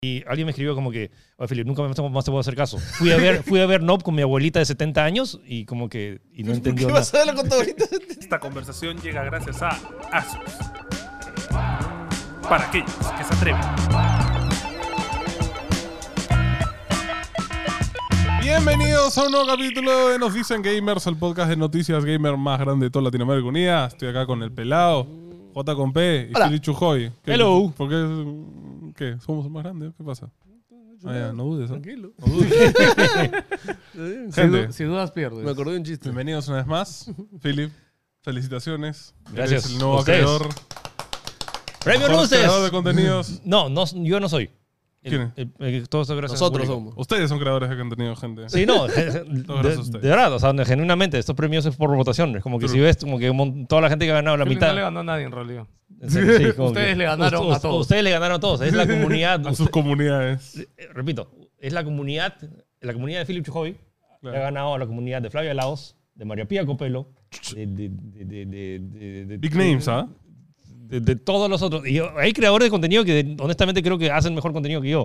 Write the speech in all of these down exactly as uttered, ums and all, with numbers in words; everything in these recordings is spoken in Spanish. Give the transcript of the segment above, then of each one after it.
Y alguien me escribió como que, oye, Felipe, nunca más te, más te puedo hacer caso. Fui a ver, fui a ver Nope con mi abuelita de setenta años y como que y no entendió ¿Qué nada. vas a verlo con tu abuelita? Esta conversación llega gracias a Asus. Para aquellos que se atreven. Bienvenidos a un nuevo capítulo de Nos Dicen Gamers, el podcast de noticias gamer más grande de toda Latinoamérica Unida. Estoy acá con el pelado, J con P y Hola. Philly Chujoy. ¿Qué- Hello. ¿Por qué? ¿Qué? ¿Somos más grandes? ¿Qué pasa? Ah, ya, no dudes, ¿eh? Tranquilo. No dudes. Si, Gente, du- si dudas, pierdes. Me acordé de un chiste. bienvenidos una vez más. Philip, felicitaciones. Gracias. Eres el nuevo A ustedes. creador. ¡Premio mejor Luces! creador de contenidos. No, no, yo no soy. El- ¿Quién el- el- todo esto gracias Nosotros al público. somos. Ustedes son creadores de contenido, gente. Sí, no, de, gracias a ustedes. de verdad, o sea, genuinamente, estos premios es por votación. Es como que True. si ves como que un mon- toda la gente que ha ganado la Philip mitad. no le ganó a nadie en realidad. En serio, sí, como Ustedes que- le ganaron us- a todos. Ustedes le ganaron a todos. Es la comunidad. A sus usted- comunidades. eh, repito, es la comunidad, la comunidad de Philip Chujoy. Claro. Le ha ganado a la comunidad de Flavia Laos, de María Pía Copelo, de, de, de, de, de, de- de- Big names, ¿ah? de, de todos los otros. Y hay creadores de contenido que honestamente creo que hacen mejor contenido que yo.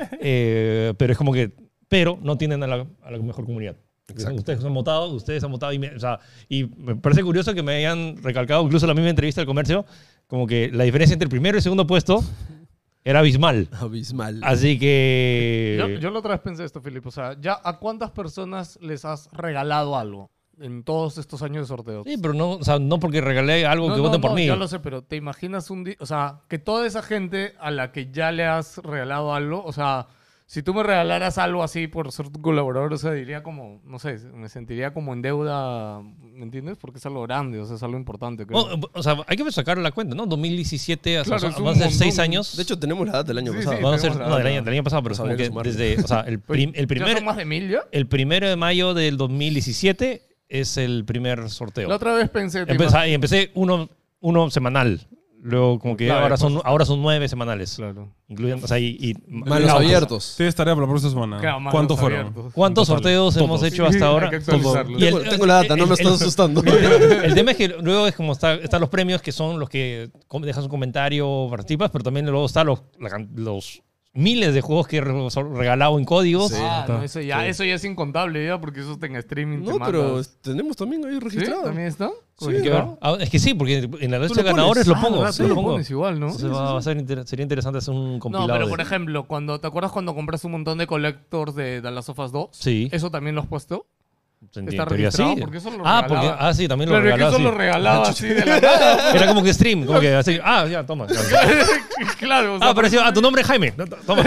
Eh, pero es como que, pero no tienen a la, a la mejor comunidad. Exacto. Ustedes han votado, ustedes han votado y me, o sea, y me parece curioso que me hayan recalcado incluso en la misma entrevista del comercio, como que la diferencia entre el primero y el segundo puesto era abismal. Abismal. Así que... Yo, yo la otra vez pensé esto, Philip. O sea, ¿ya a cuántas personas les has regalado algo en todos estos años de sorteos? Sí, pero no, o sea, no porque regalé algo No, que no, voten por no, mí. Ya lo sé, pero ¿te imaginas un día? O sea, que toda esa gente a la que ya le has regalado algo, o sea, si tú me regalaras algo así por ser tu colaborador, o sea, diría como, no sé, me sentiría como en deuda, ¿me entiendes? Porque es algo grande, o sea, es algo importante. Creo. O, o sea, hay que sacar la cuenta, ¿no? dos mil diecisiete, Claro, o sea, es un van a ser montón. seis años. De hecho, tenemos la data del año Sí, pasado. sí. van a ser, tenemos la no, del data. año, del año pasado, pero es Habría como que que sumarle. desde, o sea, el, Pues, prim- el ¿ya primer, son más de mil ya? el primero de mayo del dos mil diecisiete es el primer sorteo. La otra vez pensé... ¿te Empecé, y empecé uno, uno semanal. Luego, como que Claro, ahora, después- son, ahora son nueve semanales. Claro. Incluyendo, o sea, y, y- Más los Ah, abiertos. Tienes tarea para la próxima semana. Claro, más ¿Cuántos los fueron? abiertos. ¿Cuántos Total. sorteos Todos. hemos hecho Sí, hasta ahora? hay que actualizarlo. Y el- Tengo, tengo la data, no me el- estás el- asustando. El tema es que luego es como está, están los premios que son los que com- dejas un comentario, participas, pero también luego están los, la can- los miles de juegos que he re- regalado en códigos. Sí. Ah, está. no, eso ya, eso ya es incontable ya, porque eso está en streaming. te No, pero mandas. tenemos también ahí ¿Sí? registrado. ¿También está? Sí, Hay que ver. Ah, es que sí, porque en la lista de lo ganadores pones. lo Ah, pongo. ¿verdad? sí, Tú lo lo pongo. pones igual, ¿no? Entonces va a ser inter- sería interesante hacer un No, compilado. pero de- por ejemplo, cuando ¿te acuerdas cuando compraste un montón de collectors de The Last of Us dos? Sí. ¿Eso también lo has puesto? En ¿Está teoría registrado? sí. Porque eso lo ah, porque, regalaba. ah, sí, también lo Claro, es que regalaba. eso sí. lo regalaba así de la nada. Era como que stream, como que así, ah, ya, toma. Claro, o sea, Ah, apareció, ah, tu nombre es Jaime. No, to- Toma.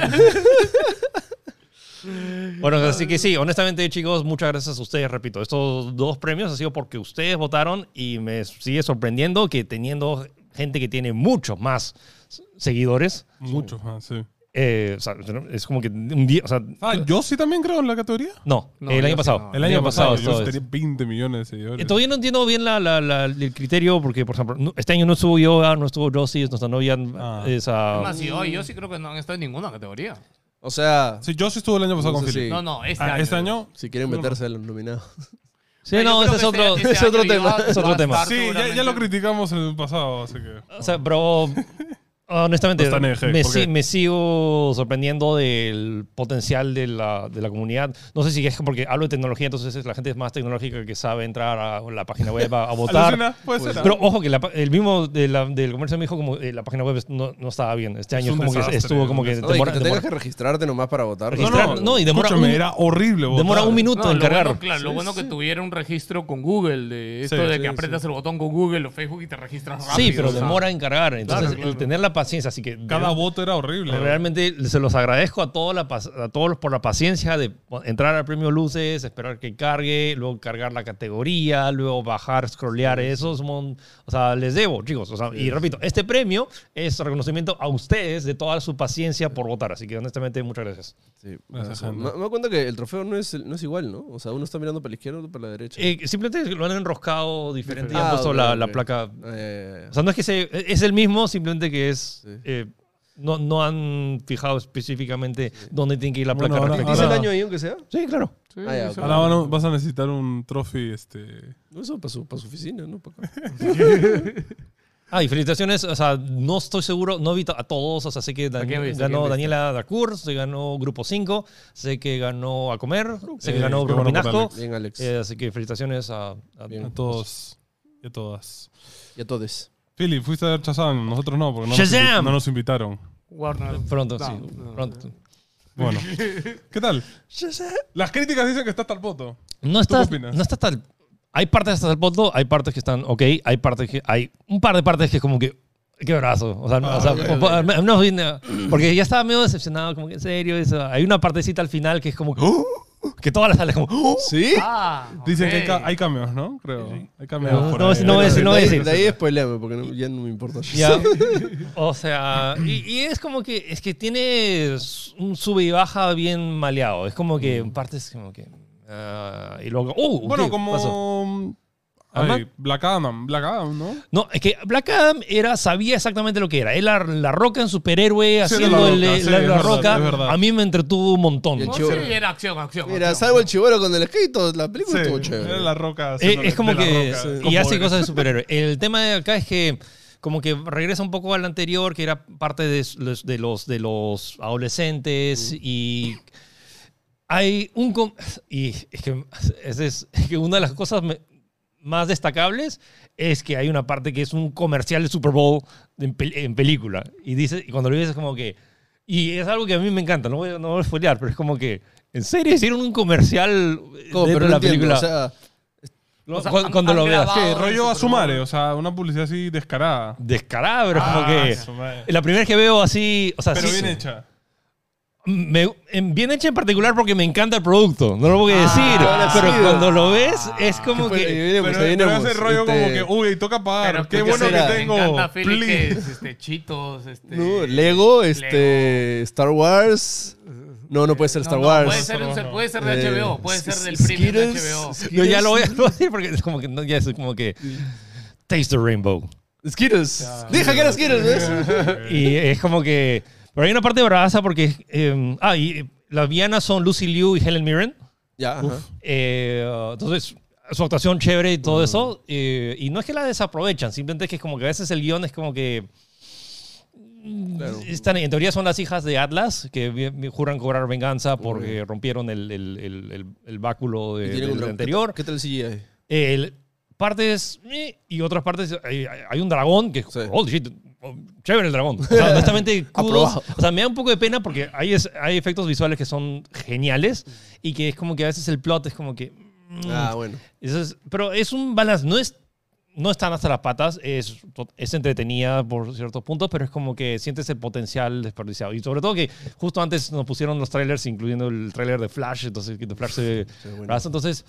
Bueno, así que sí, honestamente, chicos, muchas gracias a ustedes. Repito, estos dos premios han sido porque ustedes votaron y me sigue sorprendiendo que teniendo gente que tiene muchos más seguidores, Muchos más, sí. eh, o sea, es como que un día, o sea, Ah, ¿yo sí también creo en la categoría? no, No, el yo año sí pasado. no. El año pasado, esto yo es. tenía veinte millones de seguidores. Eh, Todavía no entiendo bien la, la- la- el criterio porque, por ejemplo, no- este año no estuvo Yoga, no estuvo Josie, nuestra novia. Ah. Esa, Además, yo, yo sí creo que no han estado en ninguna categoría. O sea, Sí, yo sí estuve el año pasado No con sé Philip. si- No, no, este Ah, año. ¿este año? si quieren meterse a los nominados. sí, Yo no, creo ese es que otro. este- este es otro año tema. Yoga Es otro va a tema. estar Sí, ya, ya seguramente- lo criticamos en el pasado, así que... O sea, pero honestamente No está en eje, me, ¿por si- qué? me sigo sorprendiendo del potencial de la, de la comunidad. No sé si es porque hablo de tecnología, entonces la gente es más tecnológica que sabe entrar a la página web a, a votar. Alucina, puede ser. Pero ojo que la pa- el mismo de la- del comercio me dijo como eh, la página web es- no, no estaba bien. Este año un es como que desastre, estuvo como un que desastre. Oye, demora, que te demora- tengas que registrarte nomás para votar. Registrar- Registrar- no, y demora escúchame, un- era horrible votar. demora un minuto No, en lo cargar. bueno, claro, lo Sí, bueno que sí. tuviera un registro con Google, de esto Sí, de sí, que sí. aprietas el botón con Google o Facebook y te registras rápido. Sí, pero o sea. demora en cargar. Entonces, Claro, claro. el tener la paciencia, así que Cada voto era horrible. realmente se los agradezco a, toda la, pas- a todos por la paciencia de entrar al premio Luces, esperar que cargue, luego cargar la categoría, luego bajar, scrollear eso. es un- o sea, les debo, chicos. O sea, y repito, este premio es reconocimiento a ustedes de toda su paciencia por votar. Así que honestamente, muchas gracias. Sí, Gracias, me, gente. me doy cuenta que el trofeo no es, no es igual, ¿no? O sea, uno está mirando para la izquierda, otro para la derecha. Eh, simplemente lo han enroscado diferente y Ah, han puesto ok, la, ok. la placa. Eh, O sea, no es que se, es el mismo, simplemente que es... Sí. eh, no, no han fijado específicamente dónde tiene que ir la Bueno, placa ahora- respectiva. ¿Dice el ahora- año ahí aunque sea? Sí, claro. Sí, Ah, ya, sí, ok. Ahora van a- vas a necesitar un trophy, este... No, eso para su, para su oficina, ¿no? Para acá. Ah, y felicitaciones, o sea, no estoy seguro, no vi a todos, o sea, sé que Dan- quién viste? ganó ¿A quién Daniela Dacour, se ganó Grupo cinco, sé que ganó A Comer, sé que Eh, ganó qué Bruno bueno por Pinasco, Alex. Bien, Alex. eh, así que felicitaciones a, a- Bien. A todos y a todas. Y a todos. Philip, fuiste a ver Shazam, nosotros no, porque no nos, Shazam. invi- no nos invitaron. Warner. Pronto, No, sí, no, pronto. Bueno, ¿qué tal? Las críticas dicen que está hasta el poto. No está, qué opinas? no está hasta el- hay partes hasta el punto, hay partes que están ok, hay partes que hay un par de partes que es como que qué brazo, o sea, Ah, o sea, ok, po- po- al menos vine- porque ya estaba medio decepcionado, como que en serio eso. Hay una partecita al final que es como que, que todas las sales como ¡oh! ¿Sí? Ah, Dicen ok. que hay, ca- hay cameos, ¿no? Creo. Hay cameos No, por no, ahí. no voy a decir, no voy a De ahí- decir. De ahí spoileame, porque no- ya no me importa. Ya. O sea, y, y es como que es que tiene un sube y baja bien maleado. Es como que en partes como que ah, y luego ¡uh! Bueno, ¿qué pasó? como... ¿Ant-Man? Ay, Black Adam, Black Adam, ¿no? No, es que Black Adam era, sabía exactamente lo que era. Él la, la roca en superhéroe Sí, haciendo La el- Roca, el- sí, la, es la verdad, roca. es verdad. A mí me entretuvo un montón. Y el No, chivo- sí, era acción, acción. Mira, acción. salvo el chivolo con el skate, todo- la película estuvo Sí, chévere. era La Roca. Eh, haciéndole es como de La que... Roca, Y con hace poderes. cosas de superhéroe. El tema de acá es que como que regresa un poco al anterior, que era parte de los, de los, de los adolescentes y... Hay un... com- Y es que, es, es que una de las cosas me- más destacables es que hay una parte que es un comercial de Super Bowl en, pel- en película. Y, dice, y cuando lo ves es como que... Y es algo que a mí me encanta, no voy, a- no voy a spoilear, pero es como que... ¿En serio hicieron un comercial ¿Cómo? dentro Pero de no la entiendo, película? o sea, Lo- O sea, cu- han- cuando han lo veas. grabado- ¿Qué? Ah, Rollo a Super su madre, Bowl. o sea, una publicidad así descarada. Descarada, pero es como Ah, que... su madre. La primera vez que veo así... O sea, Pero sí- bien hecha. me- en- bien hecha en particular porque me encanta el producto. No lo voy a decir. Ah, pero sí. cuando lo ves es como ¿qué fue? que... Ahí venimos, Pero, ahí pero venimos, ese rollo este, como que, uy, toca pagar. Pero Qué ¿qué bueno será? que Me tengo. encanta Philip, que Please. es, este, Cheetos, este... No, Lego, este, Star Wars. No, no puede ser No, Star no, Wars. Puede ser, un- puede ser de Eh, H B O, puede ser del Skittles, premium de H B O. Yo ya lo voy a, lo voy a decir porque es como que... no, ya es como que... Taste the Rainbow. Skittles. Deja que era Skittles, ¿ves? Y es como que... Pero hay una parte bravaza porque... eh, ah, y eh, las villanas son Lucy Liu y Helen Mirren. Ya, ajá. Eh, entonces, su actuación chévere y todo eso. eh, y no es que la desaprovechan, simplemente es que como que a veces el guión es como que... mm, Claro. Están, en teoría son las hijas de Atlas que vi- vi- juran cobrar venganza porque rompieron el, el, el, el- el báculo de- Y tienen del un- anterior. ¿Qué tal el C G I? El- partes eh, y otras partes hay, hay- hay un dragón que Sí. holy shit, oh, chévere el dragón. O sea, honestamente, kudos. Aprobado. O sea, me da un poco de pena porque hay, es- hay efectos visuales que son geniales y que es como que a veces el plot es como que mm, Ah, bueno. eso es- pero es un balance, no es no están hasta las patas, es, es entretenida por ciertos puntos, pero es como que sientes el potencial desperdiciado. Y sobre todo que justo antes nos pusieron los trailers, incluyendo el trailer de Flash, entonces que de Flash se... Sí, bueno. brazo, entonces,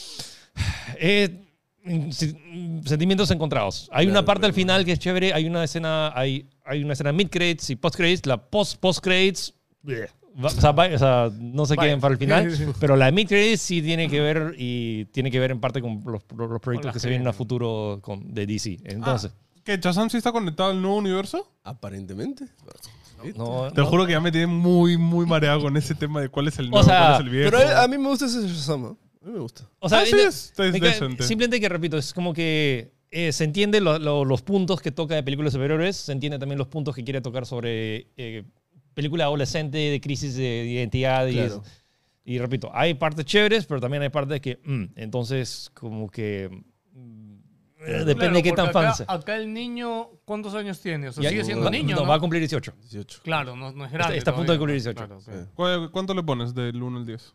eh, si- sentimientos encontrados. Hay Claro, una parte claro, al final que es chévere, hay una escena, hay, hay una escena mid-credits y post-credits, la post-post-credits... bleh. Va- O sea, va- o sea, no se Vaya. queden para el final, pero la mid-credits sí tiene que ver y tiene que ver en parte con los, los proyectos las que se que vienen a vienen. futuro con, de D C. Entonces, ¿Que Shazam sí está conectado al nuevo universo? Aparentemente. no, Te no- juro que ya me tiene muy, muy mareado con ese tema de cuál es el nuevo, sea, cuál es el viejo. Pero a, a mí me gusta ese Shazam, ¿no? A mí me gusta. O sea, Ah, sí, en- es- es me cae- decente. simplemente que repito, es como que eh, se entiende lo- lo- los puntos que toca de películas superiores, se entiende también los puntos que quiere tocar sobre eh, película adolescente, de crisis de identidad. Y, Claro. es- y repito, hay partes chéveres, pero también hay partes que, mm, entonces, como que... mm, eh, depende Claro, de qué tan porque fan acá, sea. acá el niño, ¿cuántos años tiene? O sea, Ya- sigue siendo va- niño, no, ¿no? va a cumplir dieciocho. dieciocho. Claro, no, no es grande. está a punto de todavía, cumplir ¿no? dieciocho. Claro, sí. ¿Cuál- ¿Cuánto le pones del uno al diez?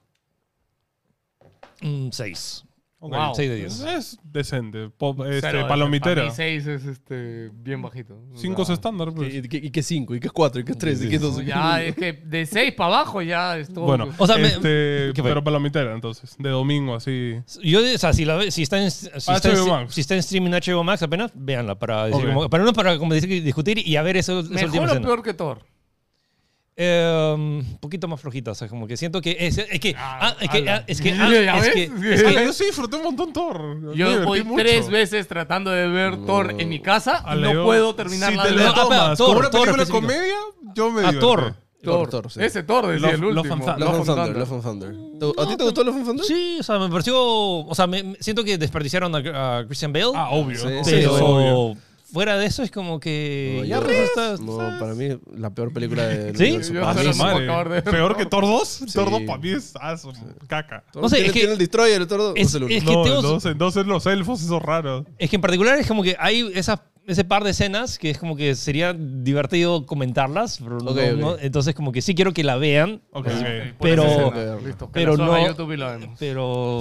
Mm, seis. Ok. Wow. seis de diez. Es decente. Pop, este, Cero, palomitera. Para mí seis es este, bien bajito. O cinco es sea, estándar, pues. ¿Y qué, y qué cinco? ¿Y qué cuatro? ¿Y qué tres? ¿Y qué dos? Ya, es que de seis para abajo ya es todo. Bueno, O sea, me- este, ¿qué fue? pero palomitera, entonces. De domingo, así. Yo, o sea, si, la, ve- si, está en, si, está H B O en, Max. si está en streaming H B O Max apenas, véanla para decir, Ok. como, para uno para como decir, discutir y a ver eso, esa última ¿Mejor o escena. peor que Thor? Eh, un poquito más flojita, o sea, como que siento que es, es que Ah, ah, es que ala. ah, es que ¿Ya ah, ves? es que es Ah, que- yo sí disfruté un montón Thor. Me Yo divertí voy mucho. tres veces tratando de ver Thor en mi casa A y no Leo, puedo terminar si la te de lo Ah, espera, tomas Thor, como una Thor película de específico. comedia, yo me Ah, divertí. Thor. Thor, Thor, sí. Ese Thor decía Love- el Love último. and Thunder. Love and and Thunder. Love and Thunder. ¿Te- ¿A ti te gustó Love and Thunder? sí, o sea, me pareció, o sea, me, me- siento que desperdiciaron a, a Christian Bale, Ah, obvio. Sí, obvio, sí, pero obvio. fuera de eso es como que... No, ya, yo- pues, está- No, para mí la peor película de ¿Sí? universo. Yo Para se mí lo es- puedo Madre, acabar de ver, peor ¿no? que Thor dos. Thor dos Sí. para mí es ah, su caca. Todo No sé, tiene, es que- tiene el Destroyer, el todo. es- es el uno. es- que No, tengo- entonces, entonces los elfos, esos raros. Es que en particular es como que hay esa, ese par de escenas que es como que sería divertido comentarlas. Pero no- Ok, ok. no- entonces como que sí quiero que la vean. Ok, Ok, ok. por Pero- esa escena, pero- listo, que pero la suba no- a YouTube y la vemos. Pero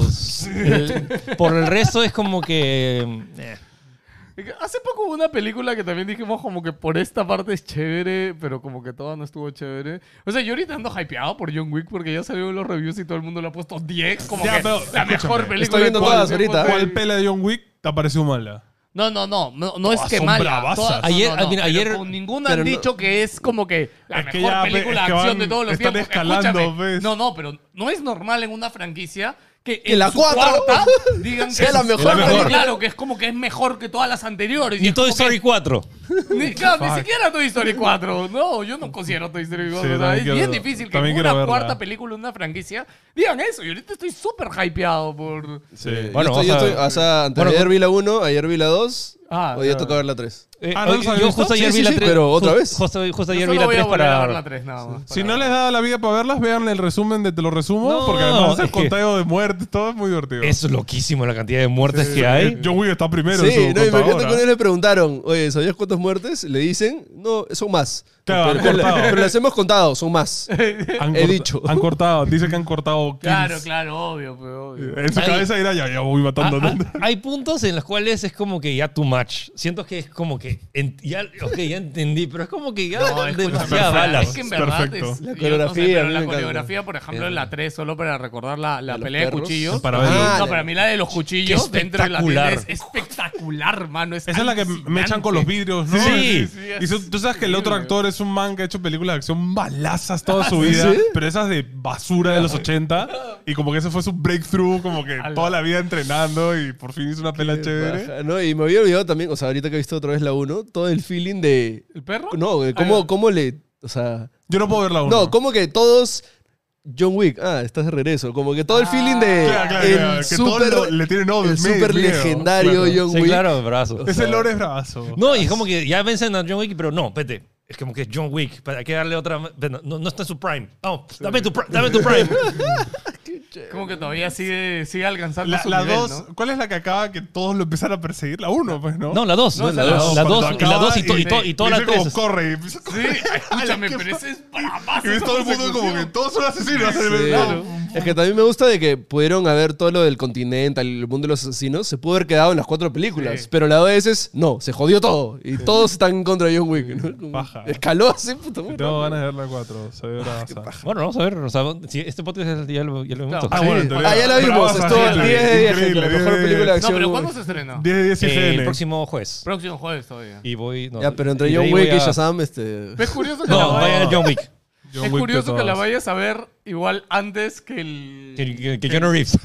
el- por el resto es como que... eh. Y que Hace poco hubo una película que también dijimos como que por esta parte es chévere, pero como que toda no estuvo chévere. O sea, yo ahorita ando hypeado por John Wick porque ya salieron los reviews y todo el mundo le ha puesto diez, como Ya, que pero, la mejor escúchame, película. estoy viendo de todos todas los tiempos. ahorita. ¿Cuál pela de John Wick te ha parecido mala? No, no, no, no, no es Todas que son mala. bravasas. Todas- no, Ayer- no, no, mira, pero ayer- con ninguna pero han no- dicho que es como que la Es que mejor ya, película es de que acción van- de todos los están tiempos. escalando, Escúchame. ¿ves? No, no, pero no es normal en una franquicia que Que en la su cuatro cuarta digan que sea la es- mejor la mejor. Claro, que es como que es mejor que todas las anteriores. Ni es Toy como que- Story cuatro. Ni, claro, ni Fuck. siquiera Toy Story cuatro. No, yo no considero Toy Story cuatro. Sí, o sea, también es quiero- bien difícil que también en quiero una verla. cuarta película, en una franquicia, digan eso. Y ahorita estoy súper hypeado por... Sí. Bueno, yo estoy, yo vamos a- estoy- o sea, antes bueno, de ayer con- vi la uno, ayer vi la dos, Ah, hoy ya ya. toca ver la tres. Eh, Ah, ¿no hoy- los habías yo visto? justo ayer Sí, vi sí, la sí, tres. pero otra ju- vez. Justo, justo Yo ayer vi solo la voy a tres volver a ver la para... tres nada más. Si para- no les da la vida para verlas, vean el resumen de Te lo resumo, No, porque además el es que- conteo de muertes, todo es muy divertido. Es loquísimo la cantidad de muertes que hay. John Wick está primero Sí, en su no, y me encanta contadora. cuando le preguntaron, oye, ¿sabías cuántas muertes? Le dicen, no, son más. Claro, pero, han pero- cortado. pero las hemos contado, son más. Han he corta- dicho. Han cortado, dice que han cortado kills. Claro, claro, obvio, pero obvio. En su Hay- cabeza dirá, ya, ya voy matando. Ah, ah, hay puntos en los cuales es como que ya too much. Siento que es como que en- ya, ok, ya entendí, pero es como que ya No, escúchame, demasiadas o sea, balas. Es que en Es verdad perfecto. es... La yo no sé, coreografía, pero a mí la me encanta. coreografía, por ejemplo, en la tres, solo para recordar la, la ¿De los pelea de perros? cuchillos. Para Ah, verlo. la- No, para mí la de los cuchillos Qué dentro de la tienda es espectacular. espectacular, mano. Es Esa es la que me echan con los vidrios, ¿no? Sí. sí, Y tú, tú sabes que el otro increíble. actor es un man que ha hecho películas de acción balazas toda su vida, ¿Sí? pero esas de basura de los ochenta. Y como que ese fue su breakthrough, como que Ala. toda la vida entrenando y por fin hizo una pela chévere. Baja, ¿no? Y me había olvidado también, o sea, ahorita que he visto otra vez la uno, todo el feeling de... ¿El perro? No, de Ah, cómo, ya. cómo le... O sea... Yo no puedo ver la uno. No, como que todos... John Wick, ah, estás de regreso. Como que todo el Ah, feeling de... Claro, claro, el claro, que todos super, lo- le tienen odio, el medio super miedo, legendario claro. John Sí, Wick. claro, brazo. Ese lore es bravazo. No, y es como que ya vencen a John Wick, pero no, vete. Es como que es John Wick. Hay que darle otra. No, no está en su prime. No, dame tu, pri- dame tu prime. Como que todavía sigue, sigue alcanzando La, su la nivel, dos, ¿no? ¿cuál es la que acaba que todos lo empiezan a perseguir? La uno, pues, ¿no? No, la dos. No, la esa dos. es La la dos, Cuando y la dos y, acaba to- y, to- y toda la dice como tres. corre y empieza a Sí, correr. escúchame, ¿Qué pero pasa? ese es bravazo. Y ves esa todo el mundo como que persecución. todos son asesinos. Sí. Claro. Es que también me gusta de que pudieron haber todo lo del continente, el mundo de los asesinos, se pudo haber quedado en las cuatro películas. Sí. Pero la vez es, no, se jodió todo. Y todos están en contra de John Wick. ¿no? Como Paja. Escaló así, puta madre. Tengo ganas de ver la cuatro. Se ve bravaza. Bueno, vamos a ver. O sea, si este podcast ya lo, ya lo hemos Claro. tocado. Ah, Sí. bueno, en teoría. Ah, ya la vimos. Bravaza, Estuvo gente. diez de diez, Increíble, gente, la mejor diez de película de diez. No, acción. pero güey. ¿cuándo se estrena? diez de diez Eh, I G N. el próximo jueves. Próximo jueves todavía. Y voy. No, Ya, pero entre y de John ahí Wick voy y a- Shazam, este... Es curioso que No, la vayan vayas, a John Wick. John es Wick curioso de que la todas. vayas a ver igual antes que el... Que, que, que Keanu Reeves.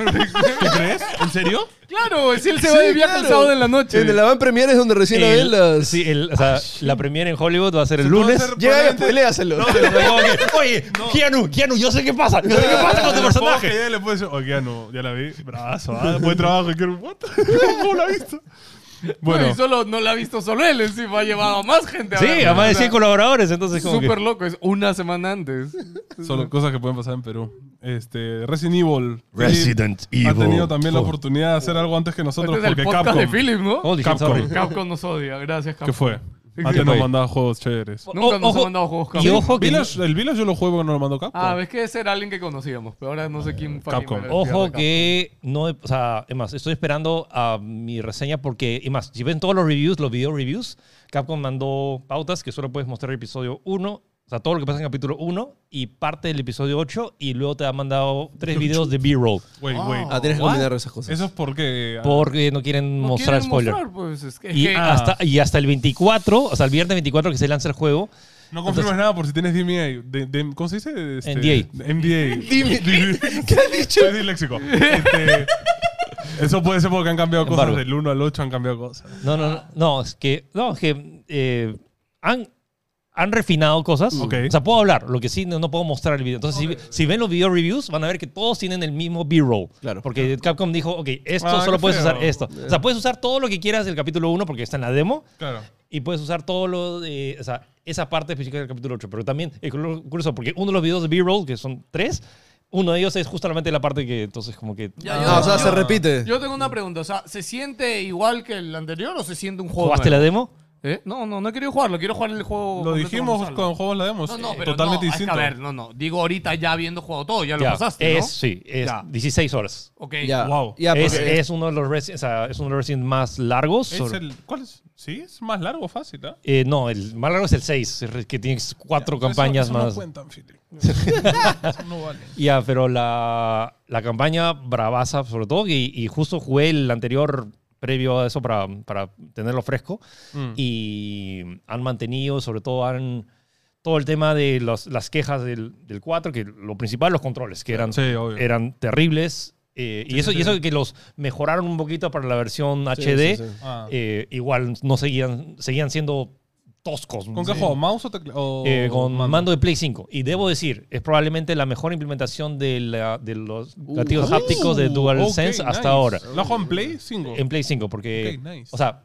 ¿Qué crees? ¿En serio? Claro, si él se Sí, va de viaje claro. el sábado en la noche. En el Avant Premiere es donde recién la ven El- las... Sí, el, o sea, la premiere en Hollywood va a ser el Puede lunes. ser- Llega y probablemente- spoiléaselo. Pero como que, Oye, Keanu, Keanu, yo sé qué pasa. Yo sé qué pasa con tu Los juegos que personaje. ya le puedo decir, oye, ya no, ya la vi, bravazo, ah, buen trabajo, quiero, what? ¿Cómo la has visto? Bueno, Bueno, y solo no la ha visto solo él, encima ha llevado a más gente a Sí, verla. a más de O sea, cien colaboradores, entonces como que... Súper loco, es una semana antes. son cosas que pueden pasar en Perú. Este, Resident Evil. Resident Philip Evil. Ha tenido también la Oh. oportunidad de hacer algo antes que nosotros, Este es el porque podcast Capcom, de Philip, ¿no? Holy shit, Capcom. sorry. Capcom nos odia, gracias Capcom. ¿qué fue? Sí, Antes nos fue. mandaba juegos chéveres. Nunca nos Ojo, ha mandado juegos y Capcom. ojo que... Village- el Village yo lo juego cuando lo mandó Capcom. Ah, ves que ese era alguien que conocíamos, pero ahora no sé quién fucking Capcom. era el tío de Ojo Capcom. que no, o sea, es más, estoy esperando a mi reseña porque, es más, si ven todos los reviews, los video reviews, Capcom mandó pautas que solo puedes mostrar el episodio uno, o sea, todo lo que pasa en el capítulo uno y parte del episodio ocho y luego te ha mandado tres videos de B-roll Wait, Ah. wait. Ah, tienes que What? combinar esas cosas. Eso es porque... ah, porque no quieren No mostrar quieren spoiler. mostrar, pues, es que, es Y, que- ah, hasta, y hasta el veinticuatro, o sea, el viernes veinticuatro que se lanza el juego, No confirmes nada por si tienes D M A. De, de- ¿Cómo se dice? Este, N D A. N D A. Dime, ¿qué has dicho? Soy disléxico. Este, eso puede ser porque han cambiado cosas. Embargo. Del uno al ocho han cambiado cosas. no, no, no, no, es que, no, es que eh, han, han refinado cosas. Ok. O sea, puedo hablar, lo que sí no, no puedo mostrar el video. Entonces, Ok. si, si ven los video reviews, van a ver que todos tienen el mismo B-roll. Claro. Porque Capcom dijo, ok, esto Ah, solo qué puedes feo. usar esto. O sea, puedes usar todo lo que quieras del capítulo uno porque está en la demo. Claro. Y puedes usar todo lo de, o sea, esa parte específica del capítulo ocho. Pero también es curioso porque uno de los videos de B-roll, que son tres, uno de ellos es justamente la parte que entonces como que... Ya, Ah, yo- o sea, yo- se repite. Yo tengo una pregunta. O sea, ¿se siente igual que el anterior o se siente un juego ¿Jugaste la nuevo? demo? ¿Eh? No, no, no he querido jugarlo. Quiero jugar el juego. Lo completo dijimos Gonzalo. con juegos la demo. No, no, pero totalmente no, es que, distinto. a ver, no, no. Digo ahorita ya habiendo jugado todo, ya lo Ya, pasaste, es, ¿no? sí, es Ya. dieciséis horas. Ok. Ya, Wow. ya, es, porque- es uno de los Resident, o sea, es uno de los Resident más largos. Es sobre- el, ¿Cuál es? Sí, es más largo, fácil, ¿ah? eh, no, el más largo es el seis, que tiene cuatro Eso- campañas eso más. No cuentan, Philip. Eso no vale. Ya, pero la, la campaña bravaza, sobre todo, y, y justo jugué el anterior previo a eso para, para tenerlo fresco. Mm. Y han mantenido, sobre todo, han todo el tema de los- las quejas del, del cuatro, que lo principal, los controles, que eran, Sí, obvio. eran terribles. eh, y, Sí, eso, sí, y eso sí. que los mejoraron un poquito para la versión Sí, H D, sí, sí. Ah. eh, igual no seguían, seguían siendo toscos. ¿Con qué Sí. juego? ¿Mouse o teclado? Eh, con mando. de Play cinco. Y debo decir, es probablemente la mejor implementación de, la- de los gatillos Uh, hápticos de DualSense Ok, hasta nice. ahora. ¿La juego en Play cinco? En Play cinco, porque, Ok, nice. o sea,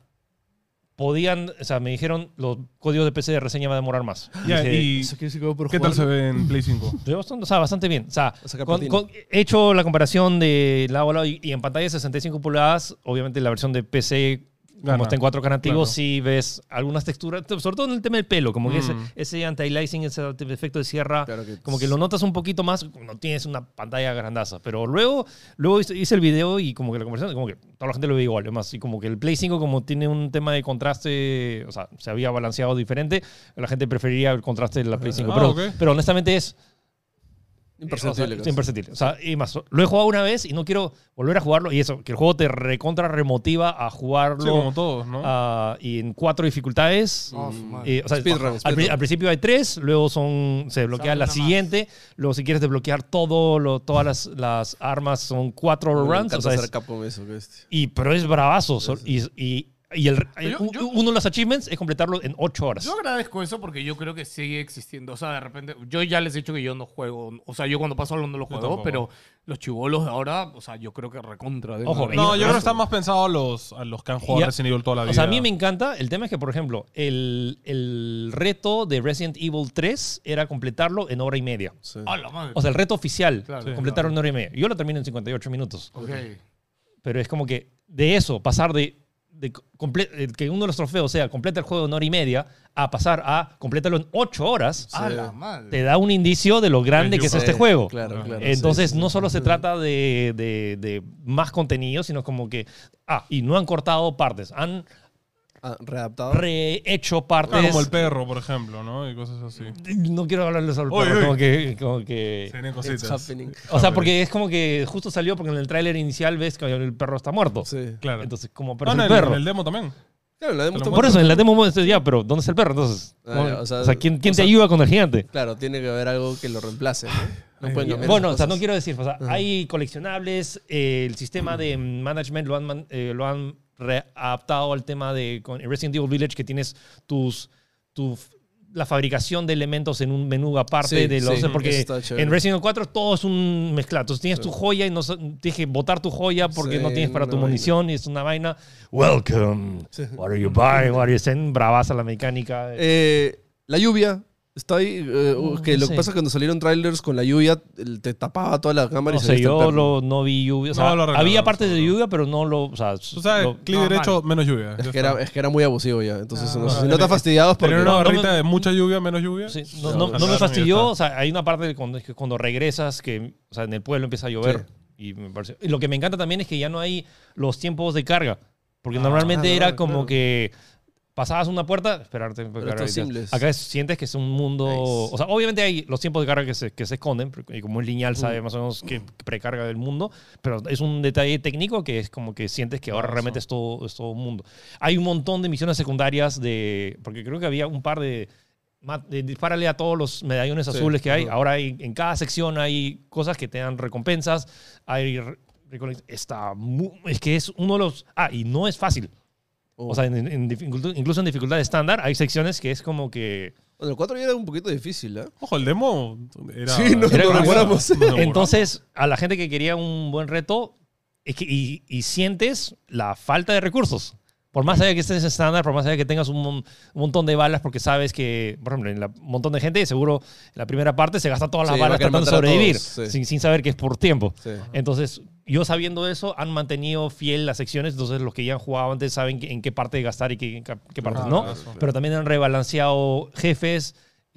podían, o sea, me dijeron, los códigos de P C de reseña va a demorar más. Ya, Dije, y Eso quiere decir que voy por ¿qué tal se jugarlo. ve en Play cinco? pero bastante- o sea, bastante bien. O sea, Va a sacar con- platino. con- he hecho la comparación de lado a lado y, y en pantalla de sesenta y cinco pulgadas, obviamente la versión de P C, Gana. como está en cuatro K nativo, Claro. sí ves algunas texturas, sobre todo en el tema del pelo, como que ese, Mm. ese anti-aliasing, ese efecto de sierra, Claro que- como que lo notas un poquito más, no tienes una pantalla grandaza. Pero luego, luego hice, hice el video y como que la conversación, como que toda la gente lo ve igual. Además, y como que el Play cinco, como tiene un tema de contraste, o sea, se había balanceado diferente, la gente preferiría el contraste de la Play cinco. Ah, pero, ok. pero honestamente es... Imperceptible. O sea, casi. imperceptible. O sea, y más, lo he jugado una vez y no quiero volver a jugarlo. Y eso, que el juego te recontra remotiva a jugarlo Sí, como todos, ¿no? ah, y en cuatro dificultades. Oh, su madre. Eh, o sea, Speedrun, al, speedrun. pri- al principio hay tres, luego son se desbloquea Sale la una siguiente, luego si quieres desbloquear todo, lo- todas las, las armas son cuatro Me runs. encanta O sea, hacer es- Capcom eso, que es- y, pero es bravazo. so- Y, y, y el, Yo- un- yo- uno de los achievements es completarlo en ocho horas. Yo agradezco eso porque yo creo que sigue existiendo. O sea, de repente, yo ya les he dicho que yo no juego. O sea, yo cuando paso hablando lo Yo juego, tampoco. pero los chivolos de ahora, o sea, yo creo que recontra. de Ojo, madre. No, y- yo creo que está más pensado a los, a los que han jugado Ya- Resident Evil toda la vida. O sea, a mí me encanta. El tema es que, por ejemplo, el, el reto de Resident Evil tres era completarlo en hora y media. sí. ¡A la madre! O sea, el reto oficial, Claro. Sí. completarlo en hora y media. Yo lo termino en cincuenta y ocho minutos. Ok. Pero es como que de eso, pasar de, de comple- eh, que uno de los trofeos sea completa el juego en hora y media, a pasar a completarlo en ocho horas, ¡A Sí. la madre! te da un indicio de lo grande que es Sí, este juego. Claro, claro. Entonces, sí, sí, no sí. solo se trata de, de- de más contenido, sino como que. Ah, y no han cortado partes, han Ah, readaptado. rehecho partes. Ah, como el perro, por ejemplo, ¿no? Y cosas así. No quiero hablarles sobre el Uy, perro, uy. como que. Como que Se vienen It's cositas. happening. o sea, porque es como que justo salió porque en el tráiler inicial ves que el perro está muerto. Sí. Claro. Entonces, como Ah, pero no, es en, el en perro. el demo también. Claro, la demo Pero está Por muerta. eso, en la demo estoy ya, pero ¿dónde está el perro entonces? Ah, ¿Cómo- ya, o sea, o sea, ¿quién, quién o te sea- ayuda con el gigante? Claro, tiene que haber algo que lo reemplace, ¿no? No Ay, pueden Dios. cambiar Bueno, las o sea, no cosas. quiero decir, o sea, hay coleccionables, eh, el sistema de management lo han, man- eh, lo han readaptado al tema de con Resident Evil Village, que tienes tus, tu, la fabricación de elementos en un menú aparte Sí, de los... sí, porque eso está chévere. en Resident Evil cuatro todo es un mezclado. Entonces tienes Sí. tu joya y no sa- tienes que botar tu joya porque Sí, no tienes para tu una munición y es una vaina. Welcome. Sí. What are you buying? What are you selling? Bravaza la mecánica. Eh, la lluvia. Está ahí. eh, No, que no lo sé. que pasa es que cuando salieron trailers con la lluvia, el- te tapaba toda la cámara No y se sé, veía yo externo. lo, no vi lluvia. O sea, No lo arreglaron, había partes de seguro. lluvia, pero no lo... O sea, Tú sabes, lo- clic normal. derecho, menos lluvia. Es Ya que, está. era, es que era muy abusivo ya. Entonces, Ah, no, sé, si no, no te tenía- fastidiados porque... Tener una no, no barrita me- de mucha lluvia, menos lluvia. Sí, Ya, no, no- no arreglaron y me ya fastidió. está. O sea, hay una parte de cuando, es que cuando regresas que o sea, en el pueblo empieza a llover. Y, me parece, y lo que me encanta también es que ya no hay los tiempos de carga. Porque Ah, normalmente ah, era claro. como que pasabas una puerta, esperarte. Pero cargar esto y es ya. seamless. Acá es- sientes que es un mundo... Nice. O sea, obviamente hay los tiempos de carga que se, que se esconden. Y como es lineal, sabe Mm. más o menos qué precarga del mundo. Pero es un detalle técnico que es como que sientes que ahora Ah, realmente eso. es todo, es todo un mundo. Hay un montón de misiones secundarias de... Porque creo que había un par de... ma- de dispárale a todos los medallones Sí, azules que hay. ajá. Ahora hay, en cada sección hay cosas que te dan recompensas. Hay... re- recole- Está mu- es que es uno de los... Ah, y no es fácil. Oh. O sea, en- en dificultad- incluso en dificultad estándar hay secciones que es como que... Bueno, el cuatro ya era un poquito difícil, ¿eh? Ojo, el demo era... Sí, no, Era no una- demoramos. nos demoramos. Entonces, a la gente que quería un buen reto, es que, y, y sientes la falta de recursos. Por más allá que estés estándar, por más allá que tengas un, mon- un montón de balas, porque sabes que, por ejemplo, en la- un montón de gente, seguro en la primera parte se gasta todas las Sí, va a balas querer tratando de matar a sobrevivir, todos, sí. sin, sin saber que es por tiempo. Sí. Entonces, yo sabiendo eso, han mantenido fiel las secciones. Entonces, los que ya han jugado antes saben que- en qué parte gastar y qué, en qué qué partes Ah, no. eso. Pero también han rebalanceado jefes.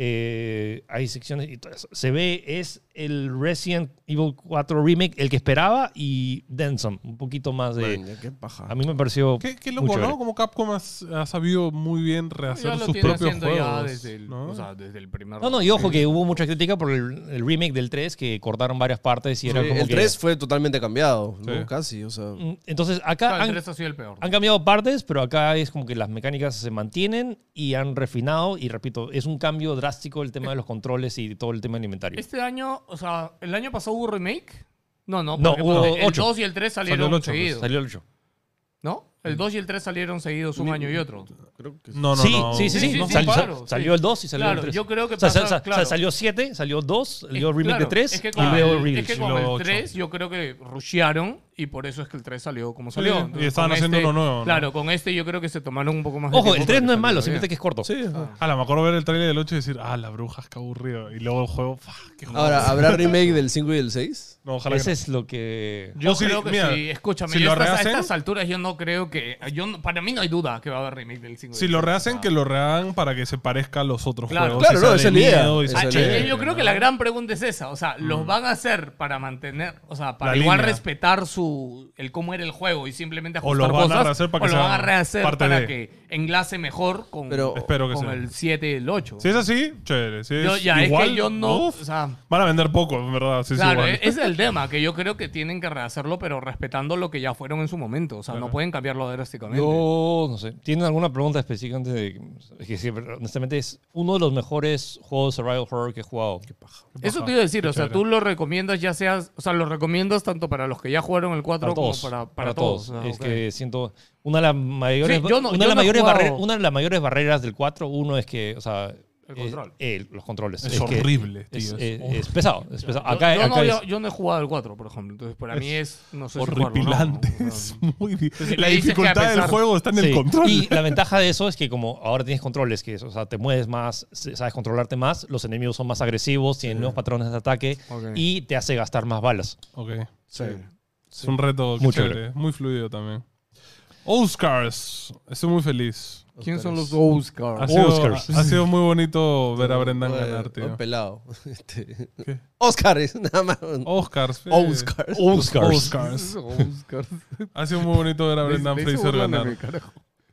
eh, hay secciones y todo eso. Se ve, es el Resident Evil cuatro Remake, el que esperaba, y then some, un poquito más de... Man, ya, qué paja. A mí me pareció... Qué, qué muy loco, chévere. ¿no? Como Capcom has- ha sabido muy bien rehacer Ya lo sus tiene propios haciendo juegos. ya desde el, ¿no? o sea, desde el primer... No, no, y ojo que hubo mucha crítica por el, el remake del tres, que cortaron varias partes y era Sí, como el que... tres fue totalmente cambiado, ¿no? Sí. Casi, o sea... Mm, Entonces, acá Claro, el han, tres ha sido el peor. han cambiado partes, pero acá es como que las mecánicas se mantienen y han refinado. Y repito, es un cambio drástico el tema de los controles y todo el tema del inventario. Este año, o sea, ¿el año pasado hubo remake? No, no, No, porque hubo ponte, el ocho. dos y el tres Salió salieron el ocho, pues, seguidos. Salió el ocho. ¿No? El dos y el tres salieron seguidos un año y otro. Creo que No, no, sí, no. sí, sí, sí. Sí, sí, sí, Sal- claro, sal- sí. salió el dos y salió Claro, el tres. yo creo que O sea, pasa- sal- sal- claro. salió siete, salió dos, salió Es- remake claro, de tres es que y con luego el- Reveal. Es que y con luego el ocho. tres yo creo que rushearon y por eso es que el tres salió como salió. Sí, y Entonces, estaban con haciendo este- uno nuevo, ¿no? Claro, con este yo creo que se tomaron un poco más de Ojo, tiempo el tres para no es que malo, saliera simplemente bien. que es corto. sí. Ah, me acuerdo ver el trailer del ocho y decir, ah, la bruja, es que aburrido. Y luego el juego, ¡fua! ¿Qué juego? Ahora, ¿habrá remake del cinco y del seis? No, ojalá Ese que es lo que... Yo O si- creo que mira, sí. Escúchame, si yo lo a estas- rehacen- a estas alturas yo no creo que... Yo, no- para mí no hay duda que va a haber remake del cinco. no. Si lo rehacen, que lo rehagan para que se parezca a los otros Claro. juegos. Claro, y no, sea esa de es la idea. miedo y Esa sea es Ah, la eh, idea. yo creo que ¿no? la gran pregunta es esa. O sea, los Mm. van a hacer para mantener... O sea, para La igual línea. respetar su el cómo era el juego y simplemente O ajustar lo van a cosas. rehacer para o que lo van sea a rehacer parte para de. que enlace mejor con, Pero- Espero que con sea. el siete y el ocho. Si es así, chévere. Si es Yo- ya, es igual, que yo no... uf, o sea, van a vender poco, en verdad. Si claro, es igual. ese es el tema, que yo creo que tienen que rehacerlo, pero respetando lo que ya fueron en su momento. O sea, Claro. no pueden cambiarlo drásticamente. Yo no sé. ¿Tienen alguna pregunta específica antes de es que sí, honestamente es uno de los mejores juegos de survival horror que he jugado. Eso Ajá, te iba a decir, qué o sea, chévere. tú lo recomiendas ya seas, o sea, lo recomiendas tanto para los que ya jugaron el cuatro Para todos. como para, para, todos. o sea, es ok. que siento una de las mayores, Sí, yo no- una, yo de las no he mayores jugado- barreras, una de las mayores barreras del cuatro, uno es que, o sea, El eh, control. eh, los controles. Es que horrible, es, tío, es es- horrible. es pesado, es pesado. Yo- Acá, yo, acá no, es- yo, yo no he jugado el cuatro, por ejemplo. Entonces, para mí es, no sé si jugarlo o no, Horripilante. ¿no? O Es sea, muy difícil. si La me dices que a dificultad del pesar- juego está en el Sí, control. Y la ventaja de eso es que como ahora tienes controles, que o sea, te mueves más, sabes controlarte más, los enemigos son más agresivos, tienen nuevos patrones de ataque Ok. y te hace gastar más balas. Ok. Sí. Es un reto Muy chévere. chévere. Muy fluido también. Oscars. Estoy muy feliz. ¿Quién son los Ha Oscars? sido, Oscars. ha sido muy bonito ver a Brendan Oye, ganar, oh, tío. pelado. Este, ¿Qué? Oscar, es nada más. Oscars. fe. Oscars. Oscars. Oscars. Oscars. Ha sido muy bonito ver a Brendan Me- me hizo Fraser burla de ganar. mí, carajo.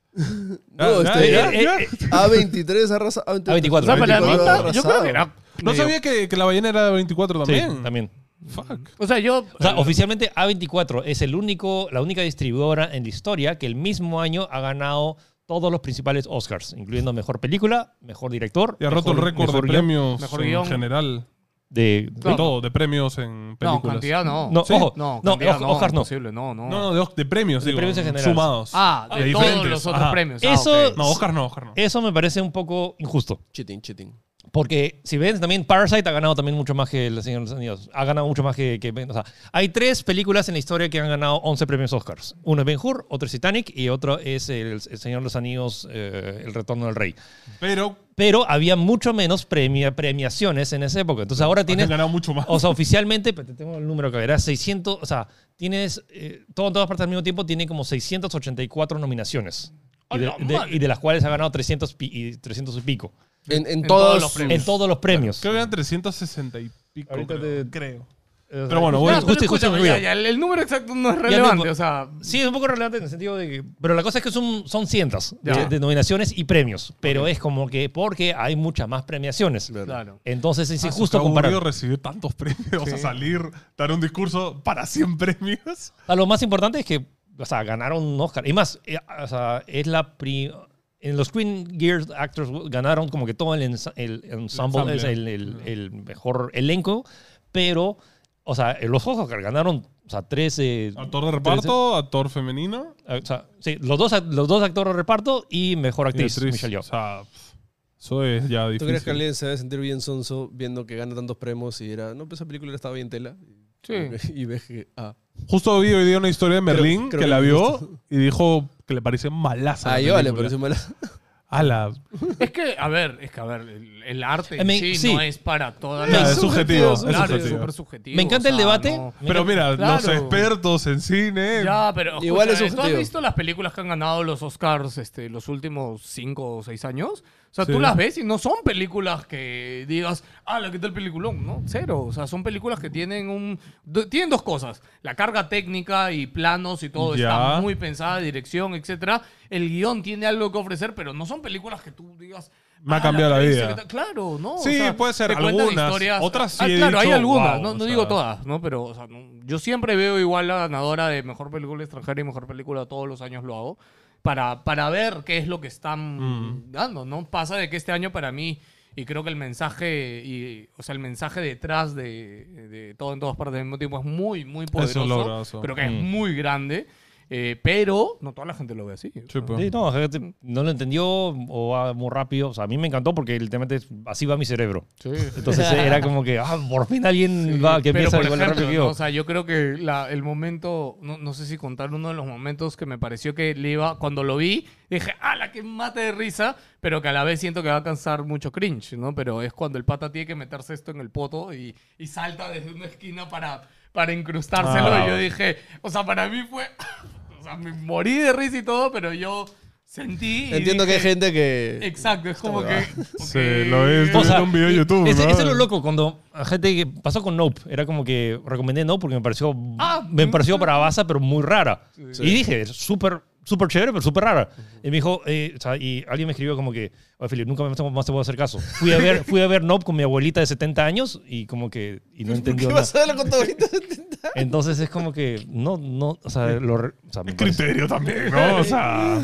No, Ya, este, ya, eh, ya. eh, A veintitrés arrasa. A A veinticuatro. O sea, para mí, veinticuatro ta- yo creo arrasado. que era No medio- sabía que, que la ballena era de veinticuatro Sí, también. también. Fuck. O sea, yo... O sea, oficialmente A veinticuatro es el único, la única distribuidora en la historia que el mismo año ha ganado todos los principales Oscars, incluyendo Mejor Película, Mejor Director. Y ha roto el mejor- récord de mejor guión premios Mejor en guión. general. De, De Claro. todo, de premios en no, películas. cantidad no. No, Sí. ojo, No, no, cantidad Oscar- no, Oscars no. imposible, no, no. No, no, de, de premios, De digo, premios en general. sumados. Ah, De de todos diferentes. los otros Ajá. premios. Ah, Eso- ok. No, Oscar no, Oscar no. Eso me parece un poco injusto. Cheating, cheating. Porque si ven, también Parasite ha ganado también mucho más que El Señor de los Anillos. Ha ganado mucho más que... que o sea, hay tres películas en la historia que han ganado once premios Oscars. Uno es Ben-Hur, otro es Titanic y otro es El, El Señor de los Anillos, eh, El Retorno del Rey. Pero Pero había mucho menos premia, premiaciones en esa época. Entonces ahora han tienes... ganado mucho más. O sea, oficialmente, pero te tengo el número que era seiscientos... O sea, tienes... Eh, todo en todas partes al mismo tiempo tiene como seiscientas ochenta y cuatro nominaciones. Y de, ¡A la de- madre! y de las cuales ha ganado trescientos, pi- y trescientos y pico. En, en En todos, todos los premios. En todos los premios. Creo que eran trescientos sesenta y pico. Ahorita creo. te- creo. Pero Pero bueno, No, bueno, pero justo- justo escúchame, en ya, Río. ya, el, el número exacto no es Ya relevante, mismo. o sea... Sí, es un poco relevante en el sentido de que... Pero la cosa es que son, son cientos de, Ya. de nominaciones y premios. Pero es como que porque hay muchas más premiaciones. Claro. Entonces es Ah, injusto qué aburrido comparar. recibir tantos premios, Sí. a salir, dar un discurso para cien premios. A lo más importante es que, o sea, ganaron un Oscar. Y más, eh, o sea, es la... pri- en los Screen Gears Actors ganaron como que todo el, ensa- el ensemble, ensamble. es el, el- el mejor elenco. Pero, o sea, los Oscar ganaron, o sea, trece... Actor de reparto, actor femenino. O sea, sí, los dos, los dos actores de reparto y mejor y actriz, actriz. Michelle Yeoh. O sea, pff, Eso es ya difícil. ¿Tú crees que alguien se debe sentir bien sonso viendo que gana tantos premios y era, no, pues esa película estaba bien tela? Sí. Y ves que, ah. Justo vi hoy día una historia de Merlín Creo- creo que que la me vio gusta. y dijo que le pareció malaza. Ah, la yo le película. pareció mala. Ala. Es que, a ver, es que, a ver, el, el arte I en mean, sí, sí. no es para todas Ya, las... es subjetivo. Es Claro, es subjetivo. súper subjetivo. Me encanta o el sea, debate. no- Pero mira, Claro. los expertos en cine. Ya, pero Igual es escúchame, ¿tú has subjetivo. visto las películas que han ganado los Oscars este, los últimos cinco o seis años? O sea, Sí. tú las ves y no son películas que digas, ah, ¿qué tal peliculón? No, cero. O sea, son películas que tienen un... do- Tienen dos cosas. La carga técnica y planos y todo Ya. está muy pensada, dirección, etcétera. El guión tiene algo que ofrecer, pero no son películas que tú digas... Me ha "Ah, cambiado la crazy, vida". ¿qué tal? Claro, ¿no? Sí, puede ser, te cuentan algunas. historias- Otras sí Ah, he claro, hay dicho, algunas. "Wow", no o no sea. digo todas, ¿no? Pero, o sea, no- yo siempre veo igual la ganadora de mejor película extranjera y mejor película todos los años lo hago. Para, para ver qué es lo que están Mm. dando, ¿no? Pasa de que este año para mí, y creo que el mensaje, y, o sea, el mensaje detrás de, de todo en todas partes al mismo tiempo es muy, muy poderoso. lograzo. Pero que es Mm. muy grande. eh, pero no toda la gente lo ve así. o Sí, sea. pues. Sí, no, gente no lo entendió o va muy rápido. O sea, a mí me encantó porque literalmente es- así va mi cerebro. Entonces era como que, ah, por fin alguien Sí, va, que pero piensa por igual de ejemplo, rápido que ¿no? yo. O sea, yo creo que la- el momento, no, no sé si contar uno de los momentos que me pareció que le iba, cuando lo vi, dije, ¡ah, la que mate de risa! Pero que a la vez siento que va a cansar mucho cringe, ¿no? Pero es cuando el pata tiene que meterse esto en el poto y, y salta desde una esquina para, para incrustárselo. Ah. Y yo dije, o sea, para mí fue, o sea, me morí de risa y todo, pero yo sentí y Entiendo que hay dije, gente que... Exacto, es como que... Sí, ok. lo he visto O sea, en un video de y- YouTube, ese, ¿no? ese es lo loco, cuando a gente que pasó con Nope, era como que recomendé Nope porque me pareció, Ah, me mm, pareció sí. bravaza, pero muy rara. Sí. Y dije, es súper súper chévere, pero súper rara. Y me dijo, eh, o sea, y alguien me escribió como que, oye, Felipe, nunca más te, más te puedo hacer caso. Fui a ver, fui a ver Nope con mi abuelita de setenta años y como que y no entendió ¿Qué nada. vas a ver con tu abuelita? Entonces es como que, no, no, o sea, lo, re- o sea, me parece- Criterio también, ¿no? O sea,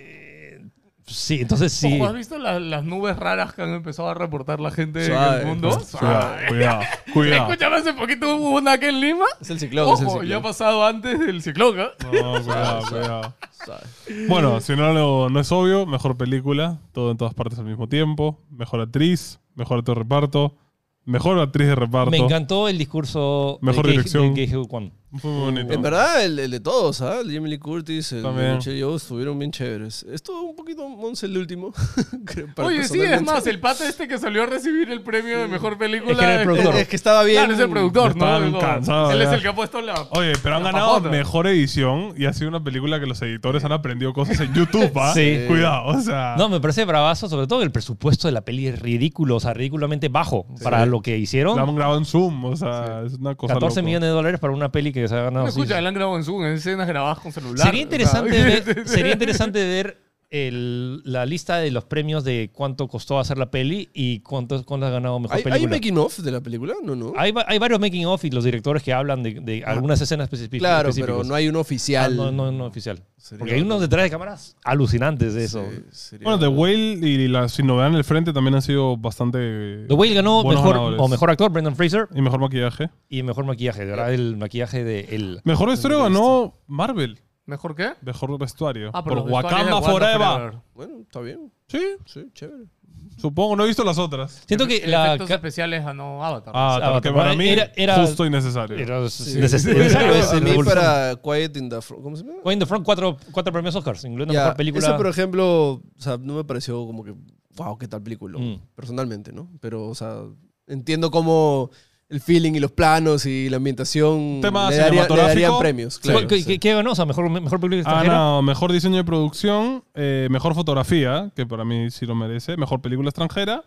Sí, entonces sí. Ojo, ¿has visto la- las nubes raras que han empezado a reportar la gente Suave. en el mundo? cuidado, Suave. cuidado, cuidado. Escúchame, hace poquito hubo una aquí en Lima. Es el ciclón, es el Ojo, ciclón. ya ha pasado antes del ciclón, ¿ah? No, cuidado, cuidado. Suave. Bueno, si no, no, no es obvio, mejor película, todo en todas partes al mismo tiempo, mejor actriz, mejor actor de reparto, mejor actriz de reparto. Me encantó el discurso Mejor de Ke- dirección. de Ke Huy Quan. Muy bonito. En verdad, el, el de todos, ¿ah? El Jamie Lee Curtis, el También. de Michelle Yeoh estuvieron bien chéveres. Estuvo un poquito monce el último. creo, para- Oye, sí, es personalmente. más, el pata este que salió a recibir el premio de mejor película. Es que era el eh, productor. Es, es que estaba bien. Claro, es el productor, ¿no? Estaban Digo, cansados Él ya. es el que ha puesto la. Oye, pero han la ganado papota. mejor edición y ha sido una película que los editores han aprendido cosas en YouTube, ¿ah? Sí. Cuidado, o sea. No, me parece bravazo, sobre todo el presupuesto de la peli es ridículo, o sea, ridículamente bajo para lo que hicieron. La han grabado en Zoom, o sea, es una cosa catorce loco. millones de dólares para una peli que se ha ganado. No, sí. escucha, él han grabado en Zoom, en escenas grabadas con celular. Sería interesante, o sea, ver, sería interesante ver el- la lista de los premios de cuánto costó hacer la peli y cuánto, cuánto ha ganado mejor ¿Hay, ¿Hay película. making of de la película? No, no. Hay, va- hay varios making of y los directores que hablan de, de algunas escenas específicas. Claro, específicas. pero no hay uno Ah, oficial. no, no, no oficial. Sería Porque hay unos detrás de cámaras alucinantes de eso. Sí, sería- Bueno, The Whale y la Sin Novedad en el Frente también han sido bastante. The Whale ganó buenos mejor, ganadores. o mejor actor, Brendan Fraser, Y mejor maquillaje. y mejor maquillaje. De verdad, el maquillaje de él. Mejor vestuario ganó Marvel. ¿Mejor qué? Mejor vestuario. Ah, por los vestuarios de Wakanda Wakanda Forever. Bueno, está bien. Sí, Sí, chévere. supongo. No he visto las otras. Siento que la. Efectos ca- especiales ganó Avatar. Ah, Avatar. que para mí Era- era- justo y necesario. Era Sí. neces- necesario. Es A el mí revolución. para Quiet in the Front. ¿Cómo se llama? Wayne the Front, cuatro, cuatro premios Oscars, incluyendo Ya, mejor película. Ese, por ejemplo, o sea, no me pareció como que, wow, qué tal película, Mm. personalmente, ¿no? Pero, o sea, entiendo cómo el feeling y los planos y la ambientación Tema le, daría- le cinematográfico. darían premios. ¿Qué- Claro, ¿Qué, sí. qué- qué ganó? O sea, mejor, mejor película Ha extranjera. ganado mejor diseño de producción, eh, mejor fotografía, que para mí sí lo merece, mejor película extranjera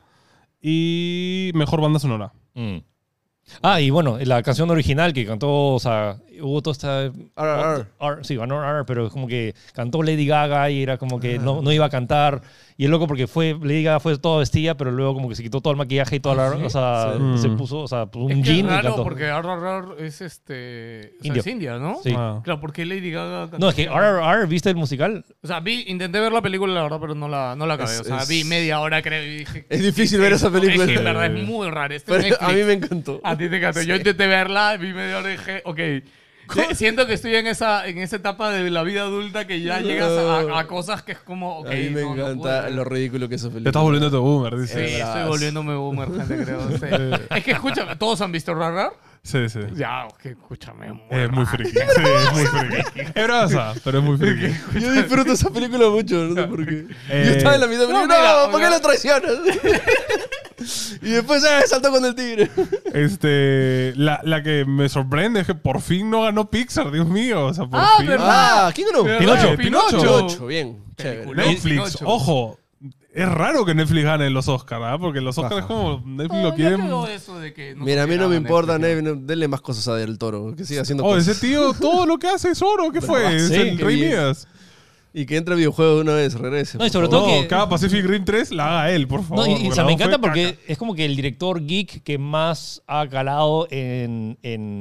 y mejor banda sonora. Mm. Ah, y bueno, la canción original que cantó, o sea, hubo toda esta... R R R. R, sí, ganó R, pero es como que cantó Lady Gaga y era como que no, no iba a cantar. Y es loco porque fue, Lady Gaga fue toda vestida, pero luego como que se quitó todo el maquillaje y toda la... O sea, Sí. se Mm. puso, o sea, puso Es un que es jean y raro cantó. porque R R R es este. O sea, Indio. es India, ¿no? Sí. Ah. Claro, porque Lady Gaga. No, es que R R R, ¿viste el musical? O sea, vi, intenté ver la película, la verdad, pero no la, no la acabé. Es- o sea, es- vi media hora, creo, y dije. Es difícil ver esa película. Es que en verdad es muy rara. Este Pero Netflix. a mí me encantó. A ti te encantó. Yo intenté verla, vi media hora y dije, ok. Sí, siento que estoy en esa, en esa etapa de la vida adulta que ya llegas a, a cosas que es como, ok, a mí me no, no encanta puedo. lo ridículo que es esa Te película. estás volviendo tu boomer, Sí, dice. estoy Verás. volviéndome boomer, gente, creo. Sí. Es que escúchame, ¿todos han visto Rarar? Sí, sí. Ya, que escúchame. Es muy friki. Sí, es muy friki. Es brasa, pero es muy friki. Yo disfruto esa película mucho, no sé por qué. Eh, Yo estaba en la mitad de la no, película, mira, no, ¿por qué mira. lo traicionas? Y después eh, saltó con el tigre. Este, la, la que me sorprende es que por fin no ganó Pixar, Dios mío. O sea, por Ah, fin. ¿verdad? Ah, ¿quién ganó? ¿Verdad? Pinocho. Pinocho. Pinocho, bien. Chévere. Película. Netflix, Pinocho. ojo. Es raro que Netflix gane en los Oscars, ¿ah? Porque los Oscars es como Netflix No, lo ya quieren. quedó eso de que no Mira, a mí no consideraba me importa, Netflix, Neve, denle más cosas a Del Toro, que siga haciendo Oh, cosas. ese tío, todo lo que hace es oro. ¿Qué fue? Es Sí, el qué Rey bien. Midas. Y que entre a videojuego de una vez, regrese. No, y por sobre favor. todo No, que- cada Pacific Rim tres la haga él, por favor. No, y, y, porque o sea, la me dos fue encanta porque caca. es como que el director geek que más ha calado en,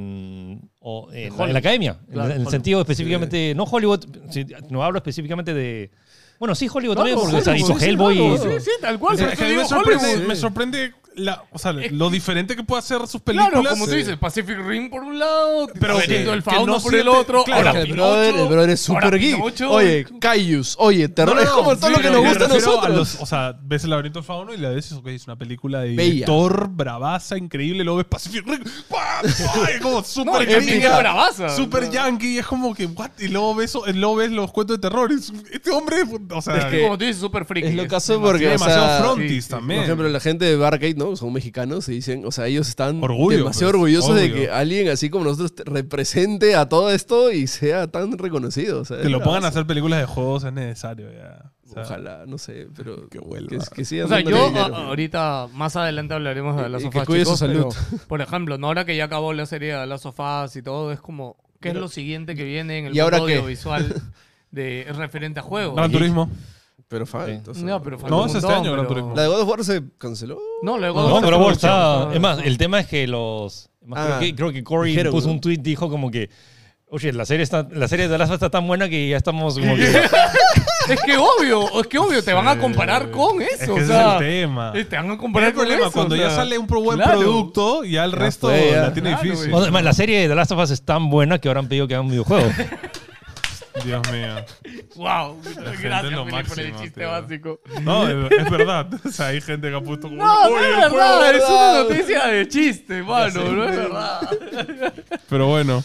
en, o en, Hollywood. en la academia. Claro, en, el Hollywood. sentido específicamente, no Hollywood, si- no hablo específicamente de... Bueno, sí, Hollywood Claro, también, porque o sea, Hollywood, hizo sí, Hellboy claro, y... Sí, sí, tal cual. O sea, por es que a eso mí me digo sorprende, Hollywood. me sorprende la, o sea, lo diferente que puede hacer sus películas. Claro, como tú Sí. dices, Pacific Rim por un lado, Pero haciendo que- el que fauno no por el siente- otro, claro, ahora el Pinocho, brother, el brother es ahora super geek. Pinocho. Oye, Kaijus, oye, terror, No, no, es como no, todo sí, lo que pero nos me gusta a refiero nosotros. los- o sea, ves el laberinto del fauno y la ves, ok, es una película de Bella. director, bravaza, increíble. Luego ves Pacific Rim, ¡pam! ¡Ay! Como No, súper es que también gringa, es bravaza. súper yankee. Y es como que, ¿what? Y luego ves, luego ves los cuentos de terror. y es- Este hombre, o sea, Es Es que- como tú dices, súper friki. Es lo es caso porque, tiene o demasiado sea, frontis sí, sí. también. por ejemplo, la gente de Barcade, ¿no? Son mexicanos y dicen, o sea, ellos están Orgullo, demasiado pues, orgullosos de obvio. que alguien así como nosotros te- represente a todo esto y sea tan reconocido. O sea, que es lo pongan a bravazo. hacer películas de juegos es necesario ya. O sea, Ojalá, no sé, pero que vuelva. que, que sigan O sea, dándole yo dinero. a- ahorita, más adelante hablaremos de The Last Y of que Us, cuide su chicos, pero, salud. por ejemplo, ¿no? Ahora que ya acabó la serie de The Last of Us y todo, es como, ¿qué es lo siguiente que viene en el ¿Y ahora mundo qué? audiovisual de, referente a juegos? Gran Turismo. Pero falta. o sea, No, pero falta No, un es este montón, año Gran pero- Turismo. La de God of War se canceló. No, luego No, pero bueno, está... está... Es más, el tema es que los... más, Ah, creo, que, creo que Corey dijeron, puso ¿no? un tweet, dijo como que... Oye, la serie, está, la serie de The Last of Us está tan buena que ya estamos como que... Es que obvio, es que obvio, te van a comparar con eso. Es que o ese sea, es el tema. eh, Te van a ¿Cuál es comparar el con problema? eso. Cuando o ya sea, sale un pro- buen claro. producto, ya el resto fue, ya. la tiene Claro, difícil. O sea, además, la serie de The Last of Us es tan buena que ahora han pedido que haga un videojuego. Dios mío. Wow, gente gracias es lo Felipe, por el máximo, chiste tío. básico. No, es, es verdad. O sea, hay gente que ha puesto como. No, no "Oye, es el verdad, juego". es una verdad. noticia de chiste, mano, no es verdad. Pero bueno.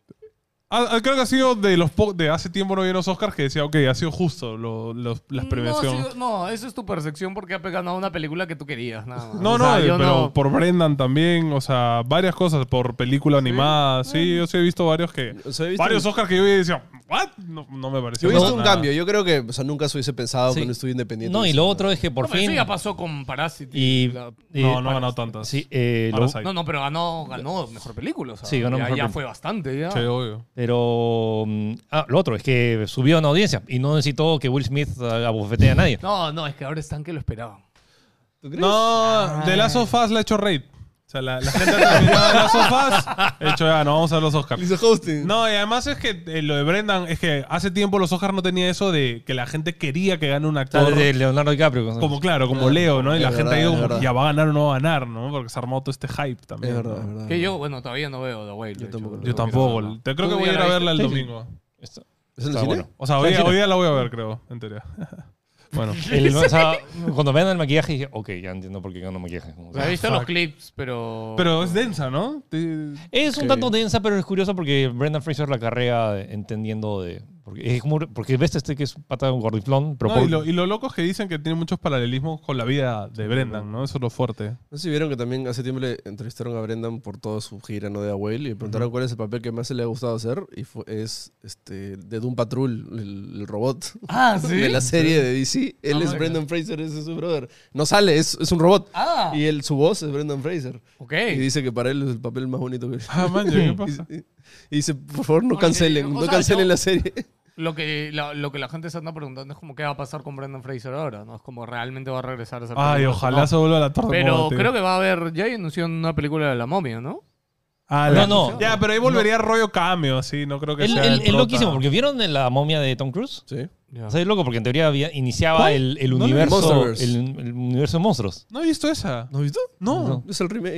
Ah, ah, creo que ha sido de los po- de hace tiempo no vi los Oscars que decía, ok, ha sido justo lo- los- las premiaciones. No, sí, no, eso es tu percepción porque ha ganado una película que tú querías, nada más. No, O no, sea, eh, yo pero no- por Brendan también, o sea, varias cosas, por película animada. Sí, yo sí he visto varios que. O sea, he visto Varios un- Oscars que yo vi y decía, ¿what? No, no me pareció. Yo he visto para un nada. cambio. Yo creo que, o sea, nunca se hubiese pensado Sí. con un estudio independiente. No, y de lo eso, otro es que por No, pero fin... eso ya pasó con Parasite. Y, la- y- No, no ha ganado tantas. Sí, eh, lo- Parasite. No, no, pero ganó, ganó mejor película. O sea, Sí, ganó ya, mejor ya película. fue bastante, ya. Sí, obvio. pero... mm, Ah, lo otro es que subió en audiencia y no necesitó que Will Smith ah, abofetee a nadie. No, no, es que ahora están que lo esperaban. ¿Tú crees? No, The Last of Us le ha hecho raid. O sea, la, la gente ha terminado The Last of Us. Ha hecho ya, no vamos a ver los Oscars. Le hizo hosting. No, y además es que eh, lo de Brendan es que hace tiempo los Oscars no tenía eso de que la gente quería que gane un O sea, actor. de Leonardo DiCaprio. Como claro, como Leo, ¿no? Y es la gente verdad, ha ido es como, verdad. ya va a ganar o no va a ganar, ¿no? Porque se armó todo este hype también. Es verdad, ¿no? es verdad. Que yo, bueno, todavía no veo The Whale. de Yo hecho, tampoco. pero Yo quiero tampoco. verla. Te creo que ¿Tú voy a ya ir a la verla el viste? Sí, sí. domingo. Esto- ¿Es en el está cine? bueno. O sea, Está hoy, en día- cine. hoy día la voy a ver, creo, en teoría. Bueno. El- o sea, cuando ven el maquillaje dije, ok, ya entiendo por qué ganó maquillaje. Como O sea, he sea, visto los clips, pero... Pero es densa, ¿no? Te- es un Sí. tanto densa, pero es curioso porque Brendan Fraser la carrea entendiendo de... Porque, es como, porque ves este que es pata de un gordiflón, pero No, por- y, lo, y lo loco es que dicen que tiene muchos paralelismos con la vida de Brendan, ¿no? Eso es lo fuerte. No sé si vieron que también hace tiempo le entrevistaron a Brendan por toda su gira, ¿no? De A Whale y le preguntaron cuál es el papel que más se le ha gustado hacer y fue, es este, de Doom Patrol, el, el robot Ah, ¿sí? de la serie de D C. Él Ah, es man. Brendan Fraser, ese es su brother. No sale, es, es un robot. Ah, Y él, su voz es Brendan Fraser. ok. Y dice que para él es el papel más bonito que Ah, man, ¿qué y, pasa? y- y dice, por favor, no Oye, cancelen, o no sea, cancelen yo- la serie. Lo que, la, lo que la gente se anda preguntando es como qué va a pasar con Brendan Fraser ahora, ¿no? Es como realmente va a regresar a esa Ay, película, ojalá ¿no? se vuelva a la torre. Pero creo que va a haber... Ya anunció una película de la momia, ¿no? Ah, No, la- no. Ya, pero ahí volvería rollo cameo, sí. No creo que él, sea. él- el él prota. loquísimo, porque ¿vieron en la momia de Tom Cruise? Sí. Ya. O sea, es loco porque en teoría había- iniciaba ¿Cuál? el, el No, no, universo Monsterverse. el, el universo de monstruos. ¿No has visto esa? ¿No has visto? No. No. Es el remake.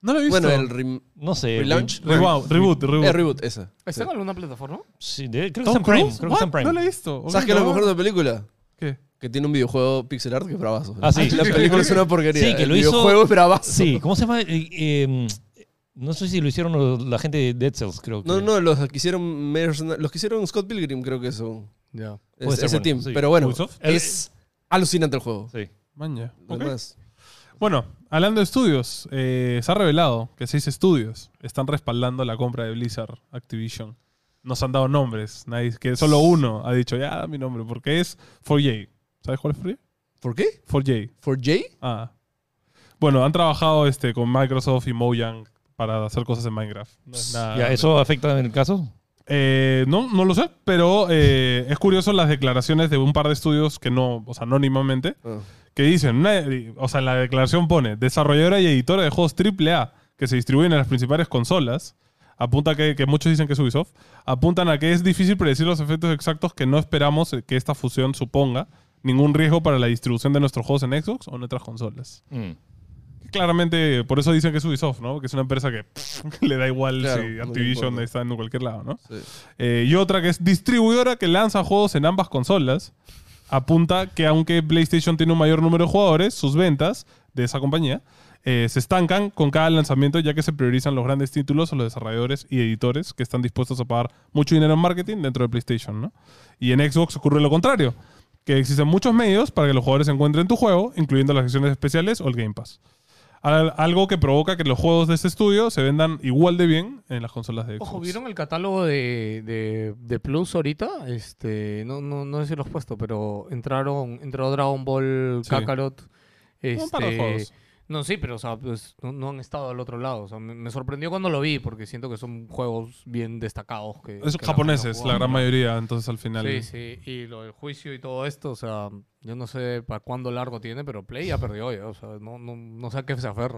No lo he visto. Bueno, el rem- No sé. relaunch. Reboot, reboot, reboot. Eh, reboot, esa. ¿Está en alguna plataforma? Sí, de- creo que ¿Tom está en Prime. Cruise? Creo que está en What? Prime. No lo he visto. Ok, ¿Sabes qué es lo no. mejor de la película? ¿Qué? Que tiene un videojuego pixel art que es bravazo. Ah, sí. La película es una porquería. Sí, que el lo hizo- videojuego es bravazo. Sí, ¿cómo se llama? Eh, eh, no sé si lo hicieron los- la gente de Dead Cells, creo que. No, no, los que hicieron Mercena- los que hicieron Scott Pilgrim creo que son. Ya. Es- Puede ser ese bueno, team. sí. Pero bueno, Ubisoft. es alucinante el juego. Sí. Maña. Ok. Además, Bueno, hablando de estudios, eh, se ha revelado que seis estudios están respaldando la compra de Blizzard Activision. Nos han dado nombres, nadie, que solo uno ha dicho, ya, da mi nombre, porque es four J. ¿Sabes cuál es four J? ¿por qué? four J. ¿For Jay? Ah. Bueno, han trabajado este, con Microsoft y Mojang para hacer cosas en Minecraft. No es nada- Ya, ¿eso afecta en el caso? Eh, no, no lo sé, pero eh, es curioso las declaraciones de un par de estudios que no, o sea, anónimamente, Ah. que dicen, una- o sea, en la declaración pone, desarrolladora y editora de juegos triple A que se distribuyen en las principales consolas, apunta que, que muchos dicen que es Ubisoft, apuntan a que es difícil predecir los efectos exactos que no esperamos que esta fusión suponga ningún riesgo para la distribución de nuestros juegos en Xbox o en otras consolas. Mm. Claramente, por eso dicen que es Ubisoft, ¿no? Que es una empresa que pff, le da igual Claro, si no le Activision importa. está en cualquier lado, ¿no? Sí. Eh, y otra que es distribuidora que lanza juegos en ambas consolas, apunta que aunque PlayStation tiene un mayor número de jugadores, sus ventas de esa compañía eh, se estancan con cada lanzamiento ya que se priorizan los grandes títulos o los desarrolladores y editores que están dispuestos a pagar mucho dinero en marketing dentro de PlayStation, ¿no? Y en Xbox ocurre lo contrario, que existen muchos medios para que los jugadores encuentren tu juego, incluyendo las secciones especiales o el Game Pass. Al- Algo que provoca que los juegos de este estudio se vendan igual de bien en las consolas de Xbox. Ojo, ¿vieron el catálogo de, de, de Plus ahorita? Este, no, no, no sé si lo has puesto, pero entraron, entró Dragon Ball, Sí. Kakarot. Un par de este, juegos. No, sí, pero o sea, pues, no, no han estado al otro lado. O sea, me, me sorprendió cuando lo vi, porque siento que son juegos bien destacados. Que, Es que la japoneses, gente la juega, gran ¿no? mayoría, entonces al final. Sí, sí, y lo del juicio y todo esto, o sea, yo no sé para cuándo largo tiene, pero Play ya perdió ya, o sea, no, no, no sé a qué se aferra.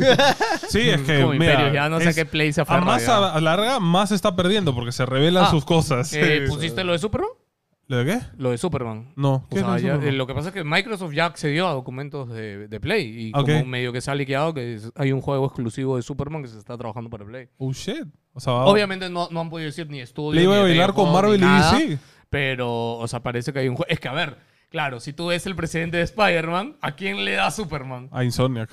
Sí, es que. Como mira, Imperio, ya no sé a es- qué Play se a aferra. más ya. a, a larga, más está perdiendo porque se revelan Ah, sus cosas. Eh, Sí. ¿Pusiste lo de Superman? ¿Lo de qué? Lo de Superman. No. O ¿Qué sea, es ya- eso? eh, lo que pasa es que Microsoft ya accedió a documentos de, de Play y Ok. como medio que se ha liqueado que es- hay un juego exclusivo de Superman que se está trabajando para Play. Oh shit. O sea, va- Obviamente no, no han podido decir ni estudio Play ni va a de bailar con videojuegos, Marvel ni y nada, D C. pero, o sea, parece que hay un juego. Es que, a ver, claro, si tú ves el presidente de Spider-Man, ¿a quién le da Superman? A Insomniac.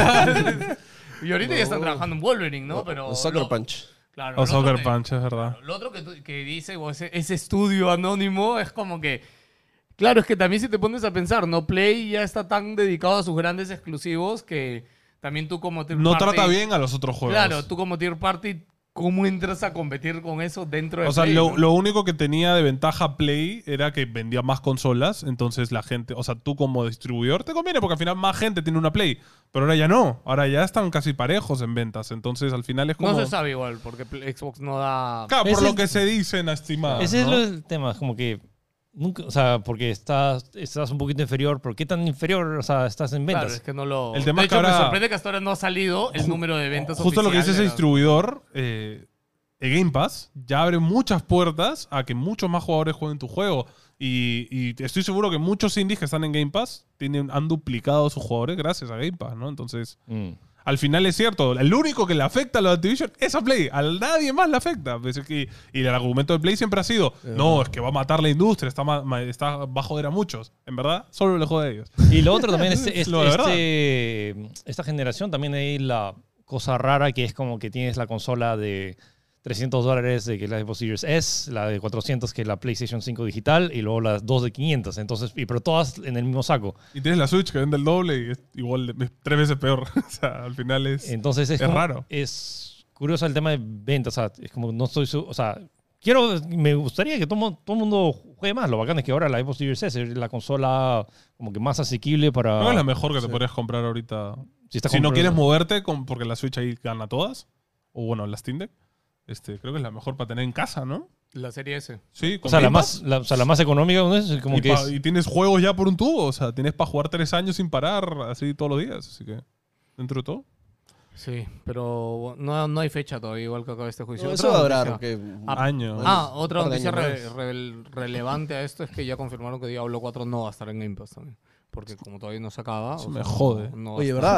Y ahorita ya están trabajando en Wolverine, ¿no? Pero O Sucker lo- Punch. Claro, O lo otro Soccer que- Punch, es verdad. Lo otro que, tú- que dice o ese, ese estudio anónimo es como que... Claro, es que también si te pones a pensar, ¿no? Play ya está tan dedicado a sus grandes exclusivos que también tú como tier No party- trata bien a los otros juegos. Claro, tú como tier party, ¿cómo entras a competir con eso dentro de O sea, Play, lo, no? lo único que tenía de ventaja Play era que vendía más consolas, entonces la gente, o sea, tú como distribuidor te conviene porque al final más gente tiene una Play, pero ahora ya no, ahora ya están casi parejos en ventas, entonces al final es como... No se sabe igual, porque Play- Xbox no da... Claro, por Ese lo es- que se dicen estimadas, Ese ¿no? es el tema, como que nunca, o sea, porque estás, estás un poquito inferior, ¿por qué tan inferior? O sea, estás en ventas. Claro, es que no lo... El tema de es que hecho, me ahora- sorprende que hasta ahora no ha salido el Ju- número de ventas Justo lo que dice oficial ese de la- distribuidor, eh, el Game Pass ya abre muchas puertas a que muchos más jugadores jueguen tu juego. Y, y estoy seguro que muchos indies que están en Game Pass tienen, han duplicado sus jugadores gracias a Game Pass, ¿no? Entonces, Mm. al final es cierto, el único que le afecta a lo de Activision es a Play, a nadie más le afecta. Pues es que- y el argumento de Play siempre ha sido, no, es que va a matar la industria, está, ma- ma- está, va a joder a muchos. En verdad, solo le jode a ellos. Y lo otro también es, es- Lo de verdad. este, esta generación también hay la cosa rara que es como que tienes la consola de trescientos dólares de que es la Xbox Series S, la de cuatrocientos que es la PlayStation cinco digital y luego las dos de quinientos. Entonces, y, pero todas en el mismo saco. Y tienes la Switch que vende el doble y es igual, de- es tres veces peor. O sea, al final es... Entonces es, Es como- raro. Es curioso el tema de ventas. O sea, es como no estoy... su- O sea, quiero... Me gustaría que todo, mo- todo el mundo juegue más. Lo bacán es que ahora la Xbox Series S es la consola como que más asequible para... No es la mejor que te podrías comprar ahorita. si, estás Si no comprando- quieres moverte, con- porque la Switch ahí gana todas, o bueno, la Steam Deck, este, creo que es la mejor para tener en casa, ¿no? La serie S. Sí, O con sea, la Game más, Pass. la, o sea, la más económica, ¿no es? Como y, que pa- es... y tienes juegos ya por un tubo, o sea, tienes para jugar tres años sin parar, así todos los días, así que dentro de todo. Sí, pero no, no hay fecha todavía, igual que acaba este juicio. No, Otra eso va a durar. noticia- que- Ah, Años. Ah, otra Un par de noticia años re- más. re- relevante a esto es que ya confirmaron que Diablo cuatro no va a estar en Game Pass también. Porque como todavía no se acaba... Eso o me sea, jode. no- no va a Oye, estar. ¿verdad?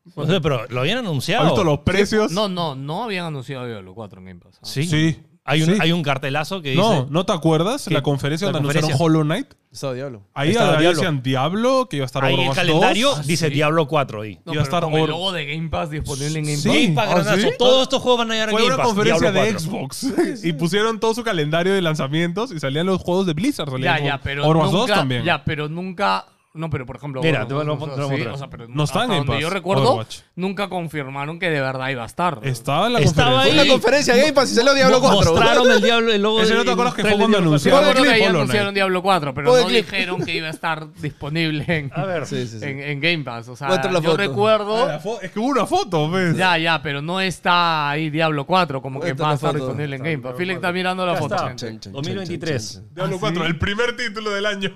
O sea, pero lo habían anunciado. ¿Has visto los precios? No, no, no habían anunciado Diablo cuatro en Game Pass. ¿ah? Sí. Sí. Hay un, Sí. hay un cartelazo que dice... No, ¿no te acuerdas? ¿Qué? La conferencia La donde conferencia. anunciaron Hollow Knight. Estaba Diablo. Ahí, Estaba ahí Diablo. decían Diablo, que iba a estar Ahí en el Overwatch calendario dos. dice sí. Diablo cuatro ahí. No, Iba a pero estar con el Or- logo de Game Pass disponible en Game Sí. Pass. Game Pass, ¿Ah, granazo. sí? Todos estos juegos van a llegar a Fue Game una Pass. conferencia Diablo de cuatro. Xbox y pusieron todo su calendario de lanzamientos y salían los juegos de Blizzard. Ya, Salían ya, pero Overwatch dos nunca, también. ya, pero nunca, no, pero por ejemplo, Mira, bueno, te lo- no, te lo no, voy a sí, mostrar. o sea, pero No está en hasta Game donde Pass, yo recuerdo, Overwatch. nunca confirmaron que de verdad iba a estar. Estaba en la Estaba conferencia. ahí. Fue una conferencia de Game Pass y salió Diablo Mo- cuatro. Mostraron el Diablo, el logo Ese del- no te acuerdas que el fue trailer cuando de Diablo anunciaron. Yo recuerdo que ahí Hollow Knight. anunciaron Diablo cuatro, pero Ponle no clip. dijeron que iba a estar disponible en, cuatro. A ver. Sí, sí, sí. en, en Game Pass. O sea, Muestra la yo foto. recuerdo... Ah, la fo- es que hubo una foto, ¿ves? Ya, ya, pero no está ahí Diablo cuatro como que Muestra va a la estar foto. disponible en Game Pass. Philip está mirando la Ya foto, está. gente. Chan, chan, dos mil veintitrés. chan, chan, Diablo ¿Ah, cuatro, sí? el primer título del año.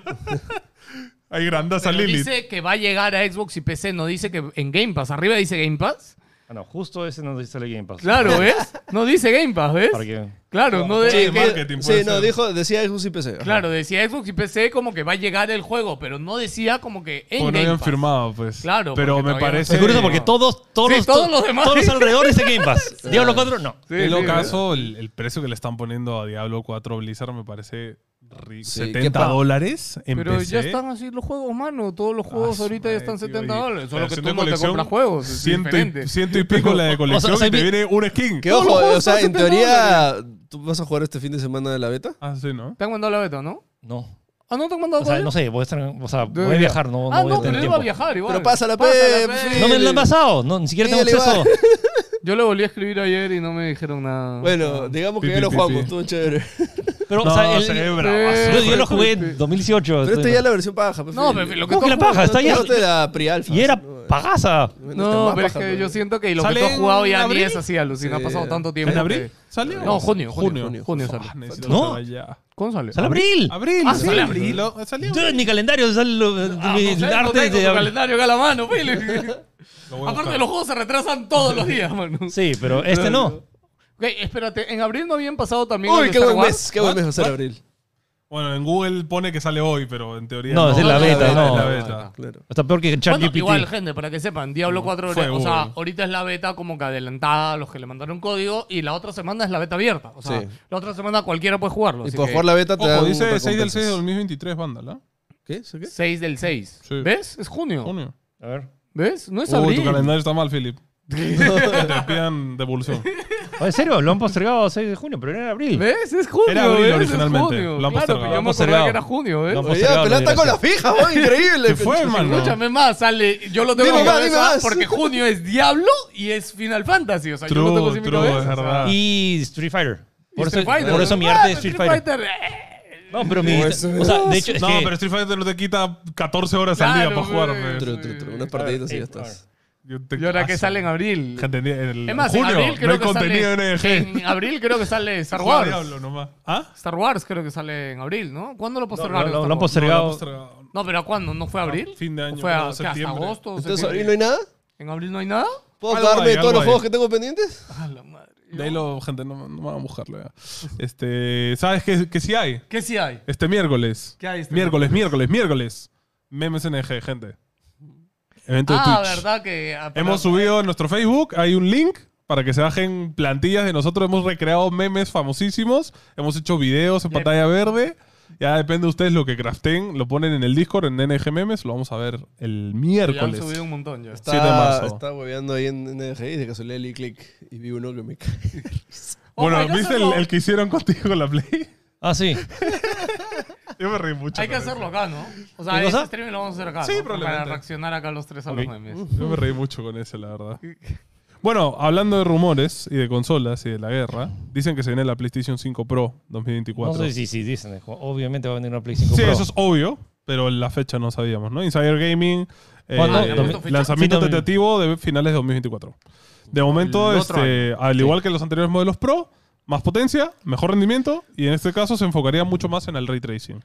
Hay grandaza Pero Lilith. dice que va a llegar a Xbox y P C, no dice que en Game Pass. Arriba dice Game Pass. Ah, no, justo ese no dice el Game Pass. Claro, ¿ves? No dice Game Pass, ¿ves? Para que... Claro, no de- Sí, que- marketing Sí, puede no, ser. dijo, decía Xbox y P C. Ajá. claro, decía Xbox y P C como que va a llegar el juego, pero no decía como que en Porque no Game habían Pass. firmado, pues. Claro, Pero porque me todavía no parece. se- Es curioso porque todos, todos, Sí, todos los demás. todos los alrededores de Game Pass. Diablo cuatro, no. Sí, En sí, todo ¿ves? caso, el, el precio que le están poniendo a Diablo cuatro Blizzard me parece ri- Sí, ¿qué setenta pa- dólares en Pero P C. ya están así los juegos, mano. Todos los juegos Ah, ahorita ya su están madre, setenta tío, y dólares. Solo que versión tú de no te colección, compras juegos. Es Ciento diferente. y, ciento y pico la de colección o sea, y te vi- viene un skin. Que Todos ojo, los juegos o sea, están en setenta teoría, ¿tú vas a jugar este fin de semana de la beta? Ah, sí, ¿no? ¿Te han mandado la beta, no? No. Ah, ¿no te han mandado O sea, todavía? no sé, voy a, estar, o sea, voy a Debería. viajar, no, no ah, voy a no, tener pero él va a tiempo. viajar igual. Pero pásala, Pásala, pe, pe. pe. No me lo han pasado, no, ni siquiera tengo Dígale, acceso. Yo le volví a escribir ayer y no me dijeron nada. Bueno, digamos que Pi, ya lo pi, pi, jugamos, pi. estuvo chévere. Pero, No, o sea, el- se ve yo, bravazo. yo lo jugué en dos mil dieciocho. Pero esta ya es la versión paja. pe, No, Phil. pero lo que ¿Cómo que tú la has jugado- paja? Está ya- No te da pre-alfa. Y era no, pagaza. no, No, está más pero es paja, que pe. yo siento que lo que ¿Sale tú has jugado en ya ni abril? es así, alucina. Sí. Ha pasado tanto tiempo. ¿En abril? que- ¿Salió? No, junio, junio. Junio. Junio, Ah, sale. necesito ¿No? que vaya. ¿Cuándo sale? ¡Sale abril! Abril. Ah, ¿sí? ¿Sale abril? Lo- ¿Salió? Yo en mi calendario sale lo- Ah, mi- no el sé, no arte tengo de tu abril. calendario acá a la mano, Philip. Lo voy a Aparte, buscar. los juegos se retrasan todos los días, mano. Sí, pero este no. Ok, espérate, en abril no habían pasado también. Uy, los de qué Star buen Wars? mes, qué buen What? mes va a ser What? abril. Bueno, en Google pone que sale hoy, pero en teoría No, es en la no, beta, no, no. Es la no, beta. no. Claro. Está peor que Bueno, ChatGPT. igual, gente, para que sepan, Diablo cuatro, Fue o sea, Google. ahorita es la beta como que adelantada a los que le mandaron código y la otra semana es la beta abierta. O sea, Sí. la otra semana cualquiera puede jugarlo. Y así por que jugar la beta te Ojo, dan dice seis del recompensas. seis de dos mil veintitrés, banda, ¿no? ¿Qué? ¿Eso qué? seis del seis. Sí. ¿Ves? Es junio. Junio. A ver. ¿Ves? No es Uh, abril. tu calendario está mal, Philip. Que te pidan devolución. Oh, ¿En serio? Lo han postergado a seis de junio, pero era en abril. ¿Ves? Es junio. Era abril ¿ves? Es originalmente. junio. Lo han claro, postergado. pero yo Lo han me acordaba postergado. que era junio, ¿ves? Lo han Oye, postergado, ya, pero está con la desgracia. fija, oh, increíble. ¿Qué fue, hermano? Escúchame más, sale. Yo lo tengo Dime en mi más, dime cabeza más. porque junio es Diablo y es Final Fantasy. O sea, yo lo tengo así en mi True, cabeza. true, es o sea, verdad. Y Street Fighter. Por, Street eso, Fighter, por eso ¿no? mi arte Ah, es Street Fighter. eh. No, pero mi. No, O eso sea, es- de hecho, es No, que. pero Street Fighter no te quita catorce horas al Claro, día para jugar. güey. pe. True, true, true. Unas partiditas y ya eh, estás. Yo te- Y ahora que Ah, sale en abril. Gente, en el- Es más, en en junio abril no creo hay que contenido sale. en N G. En abril creo que sale Star Juega Wars. Diablo nomás. ¿Ah? Star Wars creo que sale en abril, ¿no? ¿Cuándo lo No, postergaron? lo- lo Star han Wars? postergado. No, lo hemos postergado. No, pero ¿a cuándo? ¿No fue abril? fin de año, ¿O fue a, no, qué, hasta septiembre. agosto? Entonces, septiembre? ¿abril no hay nada? ¿En abril no hay nada? ¿Puedo Algo acabarme hay, de todos algo los juegos hay. que tengo pendientes? A la madre. De ahí lo, gente, no, no van a buscarlo ya. Este, ¿sabes qué, que sí hay? ¿Qué sí hay? Este miércoles. ¿Qué hay este Miércoles, miércoles, miércoles. Memes N G, gente. Evento de Ah, Twitch. verdad que... ah, Hemos pero- subido en nuestro Facebook, hay un link para que se bajen plantillas de nosotros. Hemos recreado memes famosísimos, hemos hecho videos en Yep. pantalla verde. Ya depende de ustedes lo que craften, lo ponen en el Discord, en N G Memes, lo vamos a ver el Ya han miércoles. subido un montón ya. Está, siete de marzo. Está hueveando ahí en N G y de casualidad le di click y vi uno que me cae. Bueno, Ojo, hay que ¿viste el, hacerlo- el que hicieron contigo con la Play? Ah, sí. Yo me reí mucho. Hay que con eso. hacerlo acá, ¿no? O sea, ¿Qué ese cosa? streaming lo vamos a hacer acá. Sí, ¿no? probablemente. Para reaccionar acá los tres a Ok. los memes. Yo me reí mucho con ese, la verdad. Bueno, hablando de rumores y de consolas y de la guerra, dicen que se viene la PlayStation cinco Pro dos mil No veinticuatro. sé si sí, dicen. Obviamente va a venir una Play cinco Sí, Pro. eso es obvio, pero la fecha no sabíamos, ¿no? Insider Gaming, eh, ¿Cuándo? eh, ¿Han puesto fecha? lanzamiento Sí, también. tentativo de finales de dos mil veinticuatro. De momento, El otro este, al igual que los anteriores modelos Pro, más potencia, mejor rendimiento y en este caso se enfocaría mucho más en el ray tracing.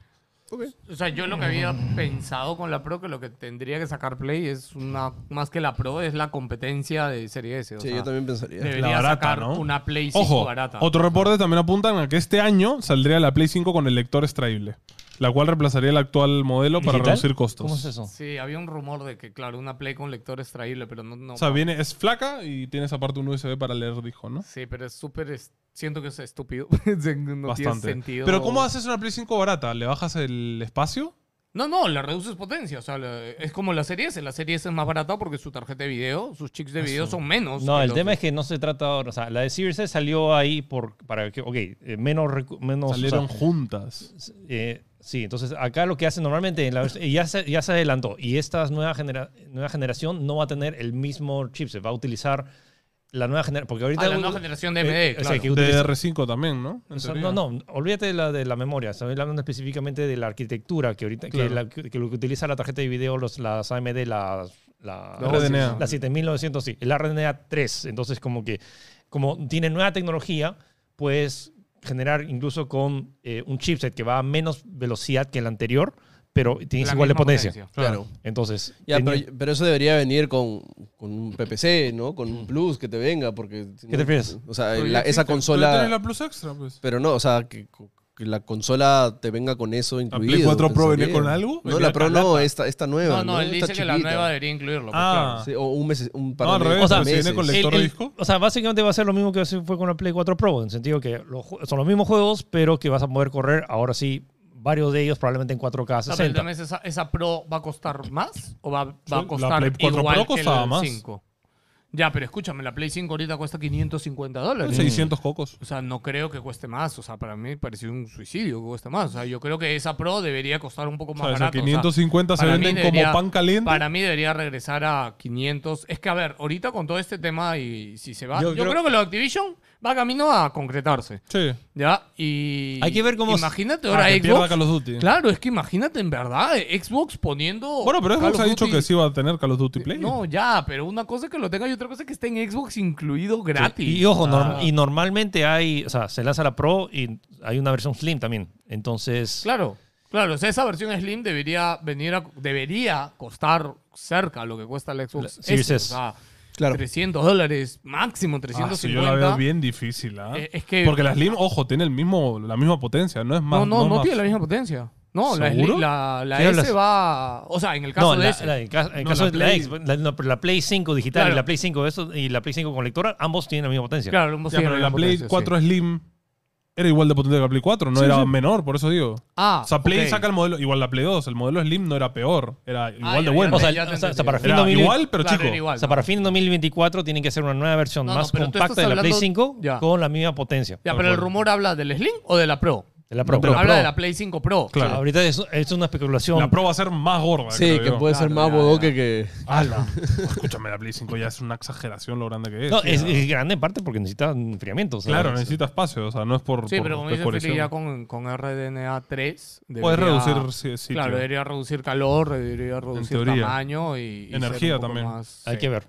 Ok. O sea, yo lo que había pensado con la Pro, que lo que tendría que sacar Play es una, más que la Pro, es la competencia de Serie S. O Sí, sea, yo también pensaría. debería La barata, sacar ¿no? una Play cinco Ojo, barata. otro reporte también apuntan a que este año saldría la Play cinco con el lector extraíble, la cual reemplazaría el actual modelo para ¿Digital? reducir costos. ¿Cómo es eso? Sí, había un rumor de que, claro, una Play con lector extraíble, pero no... no O sea, viene, es flaca y tienes aparte un U S B para leer disco, ¿no? Sí, pero es súper... es- Siento que es estúpido. no Bastante. tiene sentido. Pero ¿cómo haces una Play cinco barata? ¿Le bajas el espacio? No, no, le reduces potencia. O sea, le- es como la Serie S. La Serie S es más barata porque su tarjeta de video, sus chips de video son menos. No, que el los tema de- es que no se trata ahora. O sea, la de Series S salió ahí por, para que, ok, eh, menos, recu- menos o sea, Salieron juntas. Eh, sí, entonces acá lo que hacen normalmente, en la vers- ya, se, ya se adelantó, y esta nueva, genera- nueva generación no va a tener el mismo chipset, va a utilizar la nueva generación. Porque ahorita. Ah, la nueva generación de A M D, eh, o sea, claro. que De utiliza- R cinco también, ¿no? En o sea, teoría. no, no, olvídate de la, de la memoria. Estoy hablando específicamente de la arquitectura que ahorita que, Claro. la- que lo que utiliza la tarjeta de video, los, las A M D, las, la, R D N A. la siete mil novecientos, sí, el R D N A tres. Entonces, como que, como tiene nueva tecnología, puedes generar incluso con eh, un chipset que va a menos velocidad que el anterior, pero tienes La igual de misma potencia. Claro. Entonces, Ya, tenía- pero, pero eso debería venir con, con un P P C, ¿no? Con un Plus que te venga, porque... si ¿Qué no- te refieres? O sea, Pero ya la- esa existe. Pero consola... tienes la Plus Extra, pues. Pero no, o sea, que, que la consola te venga con eso ¿La incluido. Play cuatro Pro venía pensaría. con algo? No, Venía la Pro no, calata. esta, esta nueva. No, no, él Esta dice que la chiquita. nueva debería incluirlo. pues, Ah. claro. Sí, o un mes, un par No, de al revés, meses. o sea, si viene con El- lector el- de disco. O sea, básicamente va a ser lo mismo que fue con la Play cuatro Pro, en el sentido que los ju- son los mismos juegos, pero que vas a poder correr ahora sí varios de ellos probablemente en cuatro K Ah, pero el sesenta. tema es, ¿esa, ¿esa Pro va a costar más o va, va Sí, a la costar Play cuatro igual Pro que costaba el más. cinco? Ya, pero escúchame, la Play cinco ahorita cuesta quinientos cincuenta dólares. seiscientos cocos. O sea, no creo que cueste más. O sea, para mí pareció un suicidio que cueste más. O sea, yo creo que esa Pro debería costar un poco O más sea, esos barato. O sea, quinientos cincuenta se para mí venden debería- como pan caliente. Para mí debería regresar a quinientos. Es que, a ver, ahorita con todo este tema y si se va... Yo, Yo creo... creo- que lo de Activision va camino a concretarse. Sí. ¿Ya? Y... Hay que ver cómo- Imagínate Ah, ahora que pierda Xbox... Call of Duty. Claro, es que imagínate en verdad Xbox poniendo... Bueno, pero Call Xbox of ha dicho Duty- que sí va a tener Call of Duty Play. No, ya, pero una cosa es que lo tenga y otra cosa es que esté en Xbox incluido gratis. Y, y ojo, norm- Ah. y normalmente hay, o sea, se lanza la Pro y hay una versión Slim también. Entonces, Claro, claro. O sea, esa versión Slim debería venir a- debería costar cerca a lo que cuesta el Xbox La- Series S. O S. sea, Claro. trescientos dólares, máximo Ah, sí, trescientos yo cincuenta. la veo bien difícil, ¿ah? Eh, es que- Porque la Slim, ojo, tiene el mismo, la misma potencia, no es más. no, no, es no más- tiene la misma potencia. No, la, ¿Seguro? Slim- la, la ¿Qué S hablas? va... O sea, en el caso no, de la, S. la- en ca- en No, caso la de la, Play- Xbox, la, no, pero la Play cinco digital Claro. y la Play cinco eso, y la Play cinco con lectora, ambos tienen la misma potencia. Claro, ambos Ya, tienen pero la la misma Play potencia, cuatro sí. Slim era igual de potente que la Play cuatro, no Sí, era sí. menor, por eso digo. Ah, O sea, Play ok. saca el modelo, igual la Play dos, el modelo Slim no era peor, era igual Ah, de ya, bueno. ya, O sea, ya te o sea, entendí. para fin Era dos mil igual, pero Claro, chico. era igual, O sea, no. para fin de dos mil veinticuatro tienen que hacer una nueva versión No, no, más pero tú compacta estás de la Play hablando- cinco ya. con la misma potencia. Ya, pero el rumor habla del Slim o de la Pro. De la Pro. De la Habla Pro. de la Play cinco Pro. Claro. Ahorita es, es una especulación. La Pro va a ser más gorda. Sí, creo que yo. puede ser Claro, más ya, bodoque ya. que... ¡Hala! Escúchame, la Play cinco ya es una exageración lo grande que es. No, tío. es, es grande en parte porque necesita enfriamiento. o sea, Claro, es- necesita espacio, o sea, no es por. Sí, por pero como dice decoración. Feli, ya con, con R D N A tres... Puedes debería- reducir si- sitio. Claro, debería reducir calor, debería reducir teoría. tamaño y, y Energía ser un poco también. más- Hay sí. que ver.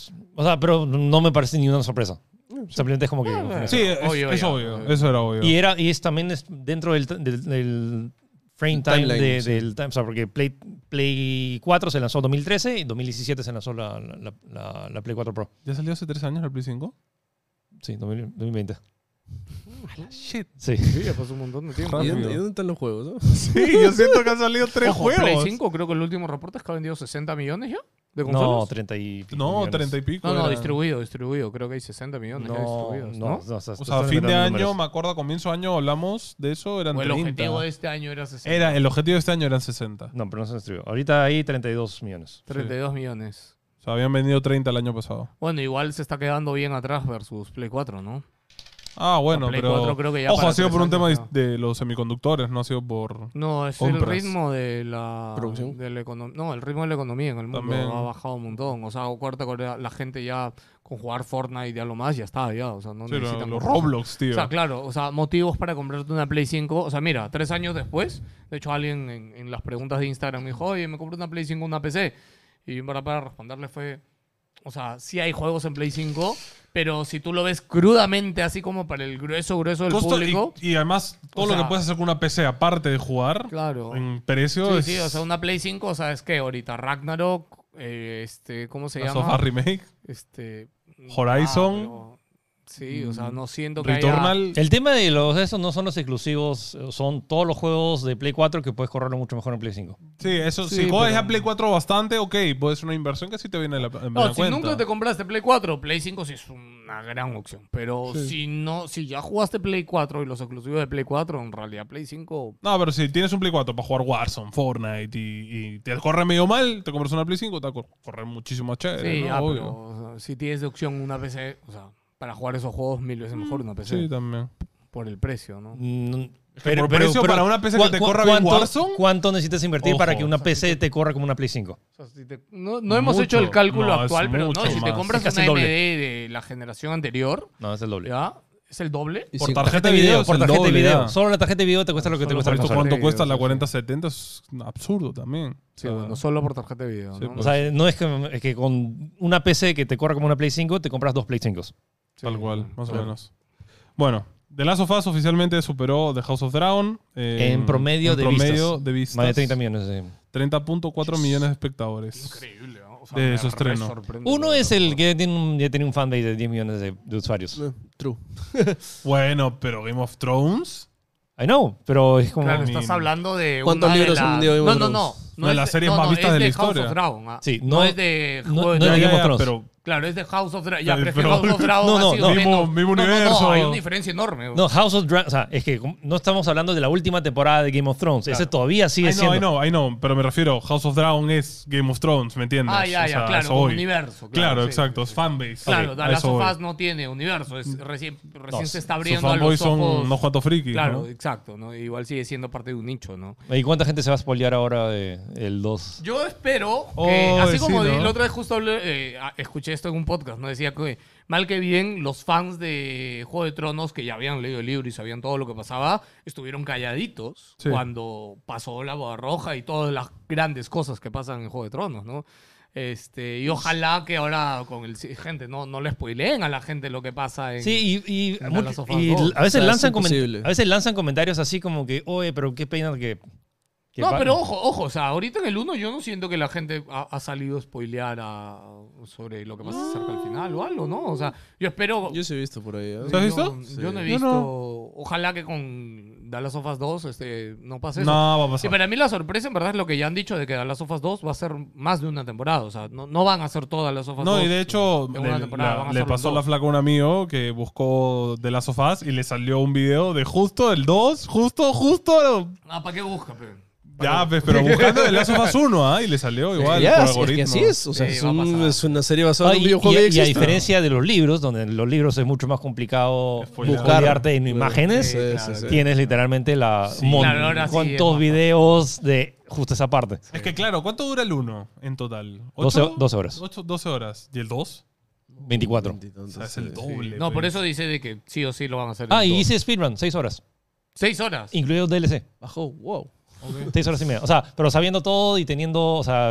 O sea, pero no me parece ni una sorpresa. Simplemente es como que... Ah, Sí, es, Obvio, es ya. obvio. Eso era obvio. Y, era, y es también es dentro del, del, del frame time, Timeline, de- sí. del time. O sea, porque Play, Play cuatro se lanzó en dos mil trece y en dos mil diecisiete se lanzó la, la, la, la Play cuatro Pro. ¿Ya salió hace tres años la Play cinco? Sí, dos mil veinte. Shit. Sí. Sí, ya pasó un montón de tiempo. ¿Y Rápido. dónde, y dónde están los juegos? no? Sí, yo siento que han salido tres Ojo, juegos. Play cinco, creo que el último reporte es que ha vendido sesenta millones ya de No, consolas. treinta y pico No, millones. treinta y pico. No, no, era. distribuido, distribuido. Creo que hay sesenta millones ya No, distribuidos, no, ¿no? no, o sea, O te sea, estás fin de inventando año, números. me acuerdo, a comienzo de año hablamos de eso, eran O el treinta. objetivo de este año era sesenta. Era, el objetivo de este año eran sesenta. No, pero no se distribuyó. Ahorita hay treinta y dos millones. treinta y dos millones. O sea, habían vendido treinta el año pasado. Bueno, igual se está quedando bien atrás versus Play cuatro, ¿no? Ah, bueno, Play pero... cuatro creo que ya Ojo, para ha sido tres por un tema años, de, de los semiconductores, no ha sido por... No, es Compras. el ritmo de la Producción. de la econom- no, el ritmo de la economía en el mundo También. ha bajado un montón. O sea, cuarta Corea, la gente ya con jugar Fortnite y a lo más ya está, ya. O sea, no Sí, lo- necesitan los comprar. Roblox, tío. O sea, claro, o sea, motivos para comprarte una Play cinco. O sea, mira, tres años después, de hecho, alguien en, en las preguntas de Instagram me dijo, oye, me compré una Play cinco, una P C. Y en verdad para responderle fue, o sea, sí hay juegos en Play cinco, pero si tú lo ves crudamente, así como para el grueso, grueso del Costo- público... y, y además, todo O lo sea- que puedes hacer con una P C aparte de jugar, Claro. en precio Sí, es sí, o sea, una Play cinco, o sea, es que ahorita Ragnarok, eh, este, ¿cómo se la llama? Sofá Remake, Este... Horizon. ah, pero- sí, o sea, no siento que haya- Returnal. El tema de los esos no son los exclusivos, son todos los juegos de Play cuatro que puedes correrlo mucho mejor en Play cinco. Sí, eso, Sí, si juegas pero- a Play cuatro bastante, ok, puede ser una inversión que sí te viene a la, en No, la si cuenta. nunca te compraste Play cuatro, Play cinco sí es una gran opción. Pero si no, si ya jugaste Play cuatro y los exclusivos de Play cuatro, en realidad Play cinco... No, pero si tienes un Play cuatro para jugar Warzone, Fortnite y, y te corre medio mal, te compras una Play cinco, te va a cor- correr muchísimo más chévere, Sí, ¿no? ya, Obvio. pero o sea, si tienes de opción una P C, o sea, para jugar esos juegos mil veces mejor una P C. Sí, también. Por el precio, ¿no? Mm, por precio, para una P C que ¿cu- te cu- corra bien cuánto- Warzone? ¿Cuánto necesitas invertir para Ojo. que una P C te corra como una Play cinco? O sea, si te- no no hemos Mucho. hecho el cálculo No, es actual, pero no, mucho si te más. compras Es casi una el A M doble. D de la generación anterior, No, es el doble. ¿ya? ¿Es el doble? Y Por sin- tarjeta de video, por es el tarjeta de doble, video. ya. Solo la tarjeta de video te cuesta lo que te Solo cuesta por la eso, consola. ¿cuánto Sí, cuesta sí, la sí. cuarenta setenta? Es absurdo también. Sí, O sea, bueno, solo por tarjeta de video, Sí, ¿no? pues. O sea, no es que, es que con una P C que te corra como una Play cinco, te compras dos Play cinco. Tal Sí, cual, más o claro. menos. Bueno, The Last of Us oficialmente superó The House of Dragon. eh, En promedio en de promedio vistas. de vistas. Más de treinta millones. de- treinta punto cuatro millones de espectadores. Increíble, ¿no? O sea, De me su re estreno. sorprende Uno lo de es los el juegos. que ya tiene un, ya tiene un fanbase de diez millones de, de usuarios. Eh, True. Bueno, pero Game of Thrones. I know, pero es como... Claro, Mínimo. estás hablando de ¿Cuántos una de libros han las- vendido Game No, of no, no. Thrones? Una de es las series más no, vistas es de la House historia. of Dragon, ah. Sí, no, no- es de no- Juego de no es de Tronos. Game of Thrones. pero Claro, es de House of Dragon. Ya, Pero- pero es que pero- House of Dragon No, ha no, sido no. menos- Mismo- mismo no, no, universo. no, hay una diferencia enorme. No, House of Dragon, o sea, es que no estamos hablando de la última temporada de Game of Thrones. Ese todavía sigue I know, siendo... I know, I know, pero me refiero, House of Dragon es Game of Thrones, ¿me entiendes? Ah, ya, O ya, sea, claro, eso como voy. universo. Claro, sí, exacto, sí, es sí. fanbase. Claro, Ok, The a Last eso of voy. Us no tiene universo, es recién, recién se está Sus abriendo a fanboys los son ojos. unos cuantos frikis, Claro, ¿no? exacto, ¿no? Igual sigue siendo parte de un nicho, ¿no? ¿Y cuánta gente se va a spoilear ahora de el dos? Yo espero que, Oh, así sí, como ¿no? la otra vez justo hablé, eh, ah, escuché esto en un podcast, ¿no? Decía que mal que bien los fans de Juego de Tronos, que ya habían leído el libro y sabían todo lo que pasaba, estuvieron calladitos Sí. cuando pasó la boda roja y todas las grandes cosas que pasan en Juego de Tronos, ¿no? Este, y ojalá que ahora con el gente no, no le spoileen a la gente lo que pasa en... Sí, y, y, en mucho- The Last of Us y dos. a veces O sea, es lanzan comen- imposible. a veces lanzan comentarios así como que, oye, pero qué pena que... que No, va- pero ojo, ojo, o sea, ahorita en el uno yo no siento que la gente ha, ha salido a spoilear a- sobre lo que pasa cerca al final o algo, ¿no? O sea, yo espero... Yo sí he visto por ahí. ¿eh? ¿Sí has visto? Yo, Sí. yo no he Yo visto... no. Ojalá que con The Last of Us dos este, no pase eso. No, va a Y pasar. para mí la sorpresa en verdad es lo que ya han dicho de que The Last of Us dos va a ser más de una temporada. O sea, no, no van a hacer toda The Last of Us No, dos y de hecho, en una le, temporada, la- van a le hacerlo en pasó dos. la flaca a un amigo que buscó The Last of Us y le salió un video de justo el dos, justo, justo. Ah, ¿para qué busca, pe? Ya, pues, pero buscando The Last of Us uno, ¿ah? Y le salió igual Ya, por es que algoritmo. así es. O sea, Sí, es, va a un- pasar. es una serie basada Ah, en un y, videojuego y- que y a existe. diferencia de los libros, donde en los libros es mucho más complicado Spoilear. spoilearte en Claro. imágenes, Sí, claro, sí, sí. tienes literalmente la mon- Claro, ahora sí es cuántos más videos de justo esa parte. Es que claro, ¿cuánto dura el uno en total? doce ¿Ocho? doce horas. Ocho, doce horas. ¿Y el dos? veinticuatro. O sea, es el doble. No, pues. por eso dice de que sí o sí lo van a hacer. Ah, en y dos. hice speedrun, seis horas, Seis horas. incluido D L C. Bajó, wow. Seis horas y media. O sea, pero sabiendo todo y teniendo, o sea,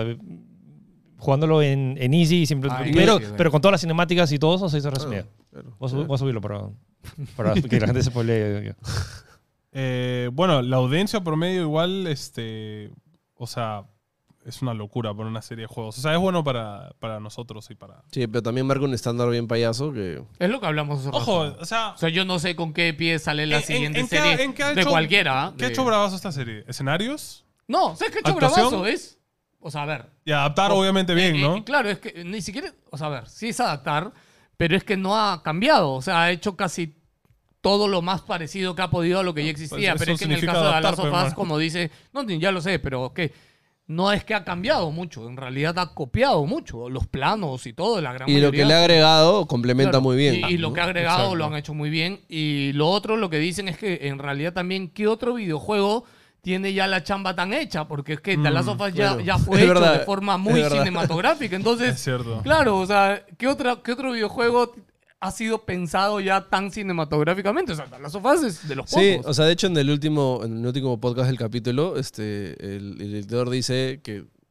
jugándolo en, en easy, siempre, Ah, pero, easy, bueno. pero con todas las cinemáticas y todo, son seis horas y Ah, media. claro. Voy a, subir- voy a subirlo para, para que la gente se spoilee. Eh, bueno, la audiencia promedio igual, este, o sea, es una locura para una serie de juegos. O sea, es bueno para, para nosotros y para... Sí, pero también marca un estándar bien payaso que... Es lo que hablamos hace Ojo, rato. o sea... O sea, yo no sé con qué pie sale la ¿en- siguiente en qué ha- serie en qué ha de hecho- cualquiera. ¿ah? ¿Qué ha De- hecho bravazo esta serie? ¿Escenarios? No, ¿sabes qué ha hecho ¿Actuación? bravazo? Es, o sea, a ver. Y adaptar obviamente bien, Eh, ¿no? eh, claro, es que ni siquiera, o sea, a ver, sí es adaptar, pero es que no ha cambiado. O sea, ha hecho casi todo lo más parecido que ha podido a lo que ya existía. Pues pero eso es que en el significa caso de The adaptar, Last of pues, Us, hermano. como dice, no, ya lo sé, pero que no es que ha cambiado mucho. En realidad ha copiado mucho. Los planos y todo, la gran Y lo que mayoría. le ha agregado complementa Claro, muy bien. Y, y lo ¿no? que ha agregado Exacto. lo han hecho muy bien. Y lo otro, lo que dicen es que en realidad también, ¿qué otro videojuego tiene ya la chamba tan hecha? Porque es que The Mm, Last of Us claro. ya, ya fue Es hecho verdad, de forma es muy verdad. cinematográfica. Es Entonces, cierto. claro, o sea, ¿qué, otra, ¿qué otro videojuego ha sido pensado ya tan cinematográficamente? O sea, The Last of Us es de los Sí, pocos. o sea, de hecho en el último, en el último podcast del capítulo, este, el, el editor dice que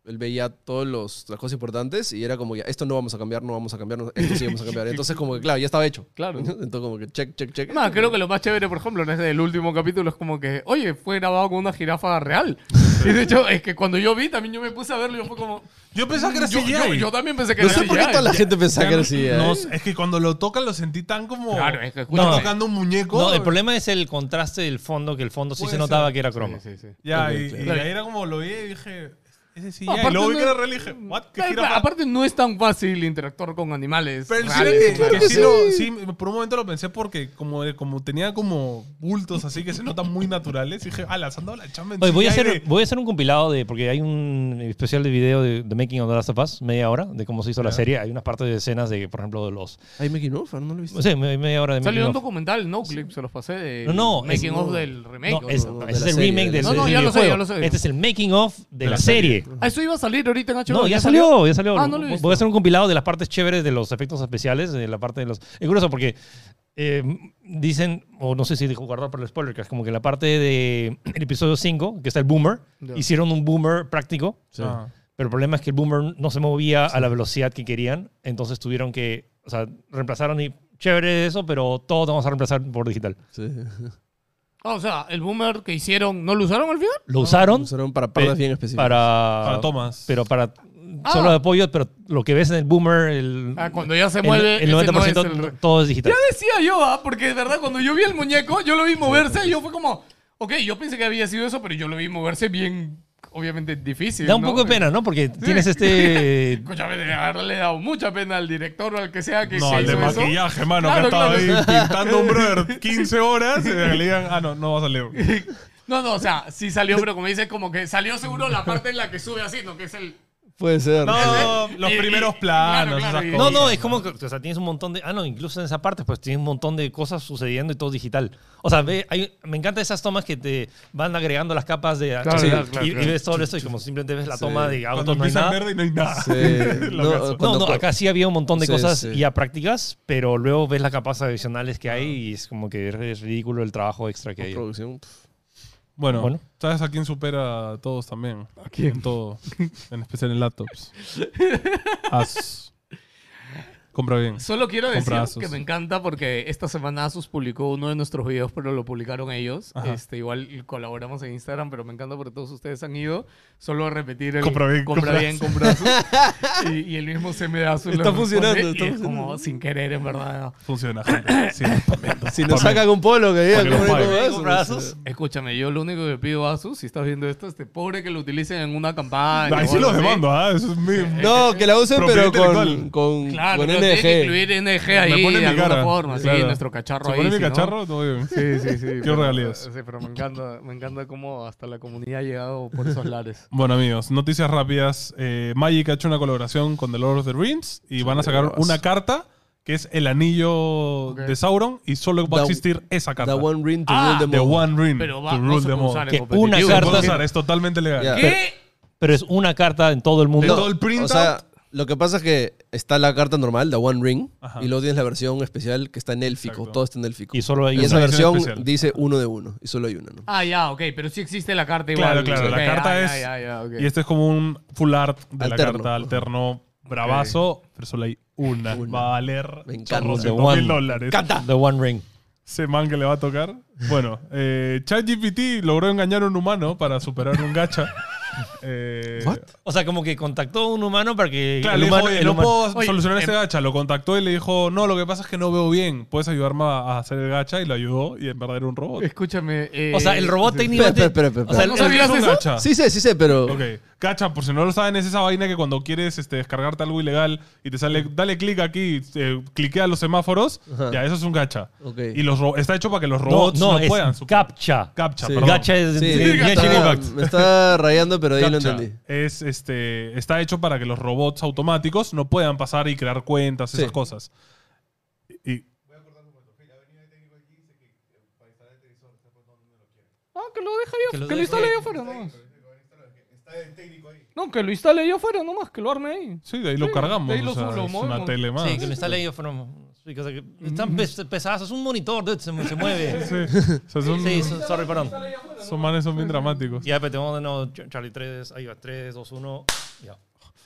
él veía todas las cosas importantes y era como ya, esto no vamos a cambiar, no vamos a cambiar, no- esto sí vamos a cambiar. Entonces como que, claro, ya estaba hecho. Claro. Entonces como que check, check, check. Más, creo que lo más chévere, por ejemplo, en ese del último capítulo es como que, oye, fue grabado con una jirafa real. Y de hecho, es que cuando yo vi, también yo me puse a verlo y yo fue como... Yo pensaba que era yo, C G yo, I. yo también pensé que No era sé por qué C G I. toda la gente pensaba que era así. No, ¿eh? es que cuando lo tocan lo sentí tan como. Claro, es que Está No. tocando un muñeco. No, el problema es el contraste del fondo, que el fondo sí Puede se notaba ser. que era croma. Sí, sí, sí. Ya, Ok, y, claro. y ahí era como lo vi y dije. Ese sí, No, ya. Y aparte luego vi no- que era real y dije, ¿what? ¿Qué Pero, jirafa? aparte, no es tan fácil interactuar con animales. Pero sí, reales, que, claro. que sí, lo- sí, por un momento lo pensé porque como, como tenía como bultos así que se notan muy naturales, dije, ah, lanzando la chamba en Oye, voy a C G I hacer, de- voy a hacer un compilado de, porque hay un especial de video de The Making of The Last of Us, media hora, de cómo se hizo la Ya. serie. Hay unas partes de escenas de, por ejemplo, de los... ¿Hay making of? No lo he visto. Sí, me- media hora de Salió making un of. documental, no clip, se los pasé de No, no, es- making of del remake. No, o es, sea. no, de ese la es el serie, remake de del la No, no, del ya lo sé, videojuego. ya lo sé. Este es el making of de, De la, la serie. serie. Ah, eso iba a salir ahorita en H B O. No, ya salió, ya salió. Ah, no lo he visto. Voy a hacer un compilado de las partes chéveres de los efectos especiales, de la parte de los... Es curioso porque eh, dicen, o no sé si dijo guardar por el spoiler, que es como que la parte del episodio cinco, que está el boomer, Ya. hicieron un boomer práctico, Sí. Ah. pero el problema es que el boomer no se movía a la velocidad que querían, entonces tuvieron que, o sea, reemplazaron y chévere eso, pero todo lo vamos a reemplazar por digital. Sí. Ah, o sea, el boomer que hicieron, ¿no lo usaron al final? Lo usaron Usaron para partes Pe- bien específicas. para... Para tomas. Pero para... Ah. Solo de apoyo, pero lo que ves en el boomer, el, Ah, cuando ya se el- mueve, el, ese noventa por no ciento es el re- todo es digital. Ya decía yo, ah, porque de verdad, cuando yo vi el muñeco, yo lo vi moverse y yo fue como, ok, yo pensé que había sido eso, pero yo lo vi moverse bien, obviamente difícil. Da un ¿no? poco de pena, ¿no? Porque tienes este... Escúchame, de haberle dado mucha pena al director o al que sea que No, se al de hizo eso. maquillaje, mano, Claro, que ha estado claro. ahí pintando un brother quince horas y le digan, ah, no, no va a salir. No, no, o sea, sí salió, pero como dice, como que salió seguro la parte en la que sube así, ¿no? Que es el... Puede ser. No, los Y- y- primeros y- planos, claro, claro, esas y- No, cosas. no, es como que, o sea, tienes un montón de... Ah, no, incluso en esa parte, pues tienes un montón de cosas sucediendo y todo digital. O sea, ve, hay, me encantan esas tomas que te van agregando las capas de... Claro, sí, claro, y, claro, y claro. ves todo esto y como simplemente ves la Sí. toma de Cuando autos, no hay empieza en nada. verde y no hay nada. Sí. Lo No, caso. No, Cuando- no, acá sí había un montón de Sí, cosas sí. ya prácticas, pero luego ves las capas adicionales que hay y es como que es ridículo el trabajo extra que hay. Producción. Bueno, Bueno. ¿sabes a quién supera a todos también? ¿A quién? En todo. En especial en laptops. Asus. Compra bien. Solo quiero decir Compra Asus. que me encanta porque esta semana Asus publicó uno de nuestros videos, pero lo publicaron ellos. Ajá. Este, igual colaboramos en Instagram, pero me encanta porque todos ustedes han ido. Solo a repetir el Compra bien, compra compra bien, compra Asus. y, y el mismo C M de Asus Está le funcionando, responde, está y es funcionando. como sin querer, en verdad. Funciona, gente. Sí, spameando, Si nos spameando. sacan un polo que diga Para que cómo nos cómo paguen. es, ¿Compra pues, Asus? eh, Escúchame, yo lo único que pido a Asus, si estás viendo esto, este pobre que lo utilicen en una campaña. Ahí o sí algo los así. demando, ¿ah? Eso es mi... No, que la usen, Propiedad pero con, intelectual. con, Claro, con pero N tiene que G. incluir N G Me ahí pone en de mi alguna cara. forma, sí, Claro. nuestro cacharro ¿Se ahí. pone mi si no- cacharro? Todo bien. Sí, sí, sí. Quiero pero- regalías. Sí, pero me encanta, me encanta cómo hasta la comunidad ha llegado por esos lares. Bueno, amigos, noticias rápidas. Eh, Magic ha hecho una colaboración con The Lord of the Rings y van a sacar Bravazo. una carta que es el anillo Ok. de Sauron y solo va a The- existir esa The carta. One Ring to Ah, rule them The all. One Ring Pero va, to no rule se them puede all. usar en Que competitivo. una Se carta- puede usar, es totalmente legal. Ya. ¿Qué? Pero es una carta en todo el De mundo. todo el printout. O sea, lo que pasa es que está la carta normal, The One Ring, Ajá. y luego tienes la versión especial que está en élfico. Exacto. Todo está en élfico. Y solo hay Y una. esa Una edición versión especial. dice uno de uno, y solo hay una, ¿no? Ah, ya, ok, pero sí existe la carta igual. Claro, claro, la Ok, carta ah, es- ya, ya, ya, ok. Y este es como un full art de la Alterno. carta alterno bravazo, pero solo hay una. Una. Va a valer Me encanta. chorrocientos The one. mil dólares. The One Ring. Ese man que le va a tocar. Bueno, eh, ChatGPT logró engañar a un humano para superar un gacha. Eh, What? O sea, como que contactó a un humano para que Claro, el le dijo, humano... "Oye, el no humano- puedo Oye, solucionar em- este gacha. Lo contactó y le dijo, no, lo que pasa es que no veo bien. ¿Puedes ayudarme a a hacer el gacha? Y lo ayudó y en verdad era un robot. Escúchame. eh, O sea, el robot sí. técnicamente... Espera, espera, espera, O sea, espera. el- ¿No sabías Es un eso? gacha. Sí sé, sí sé, pero... Ok, gacha, por si no lo saben, es esa vaina que cuando quieres este, descargarte algo ilegal y te sale, dale clic aquí, eh, cliquea los semáforos, Ajá. ya, eso es un gacha. Ok. Y los ro- está hecho para que los No, robots no, no, es puedan. superar. captcha. Captcha, Sí. perdón. Gacha es Sí, de me, Genshin está, Impact. me está rayando, pero ahí lo Captcha entendí. es, este, está hecho para que los robots automáticos no puedan pasar y crear cuentas, esas Sí. cosas. Y, Ah, que lo deje ahí, Que que lo lo, deje- instale ahí afuera nomás. No, que lo instale ahí afuera nomás, que lo arme ahí. sí, de ahí lo Sí, cargamos. de ahí lo o sea, subo, lo es una movemos. tele más. Sí, que lo instale ellos fueron... sí, cosa que están pes- pesadas, es un monitor, dude, se, se mueve. Sí, o sea, son, Sí, so- sorry, perdón. son manes son bien dramáticos. Ya, pero tenemos de nuevo Ch- Charlie tres, ahí va, tres, dos, uno. Ya.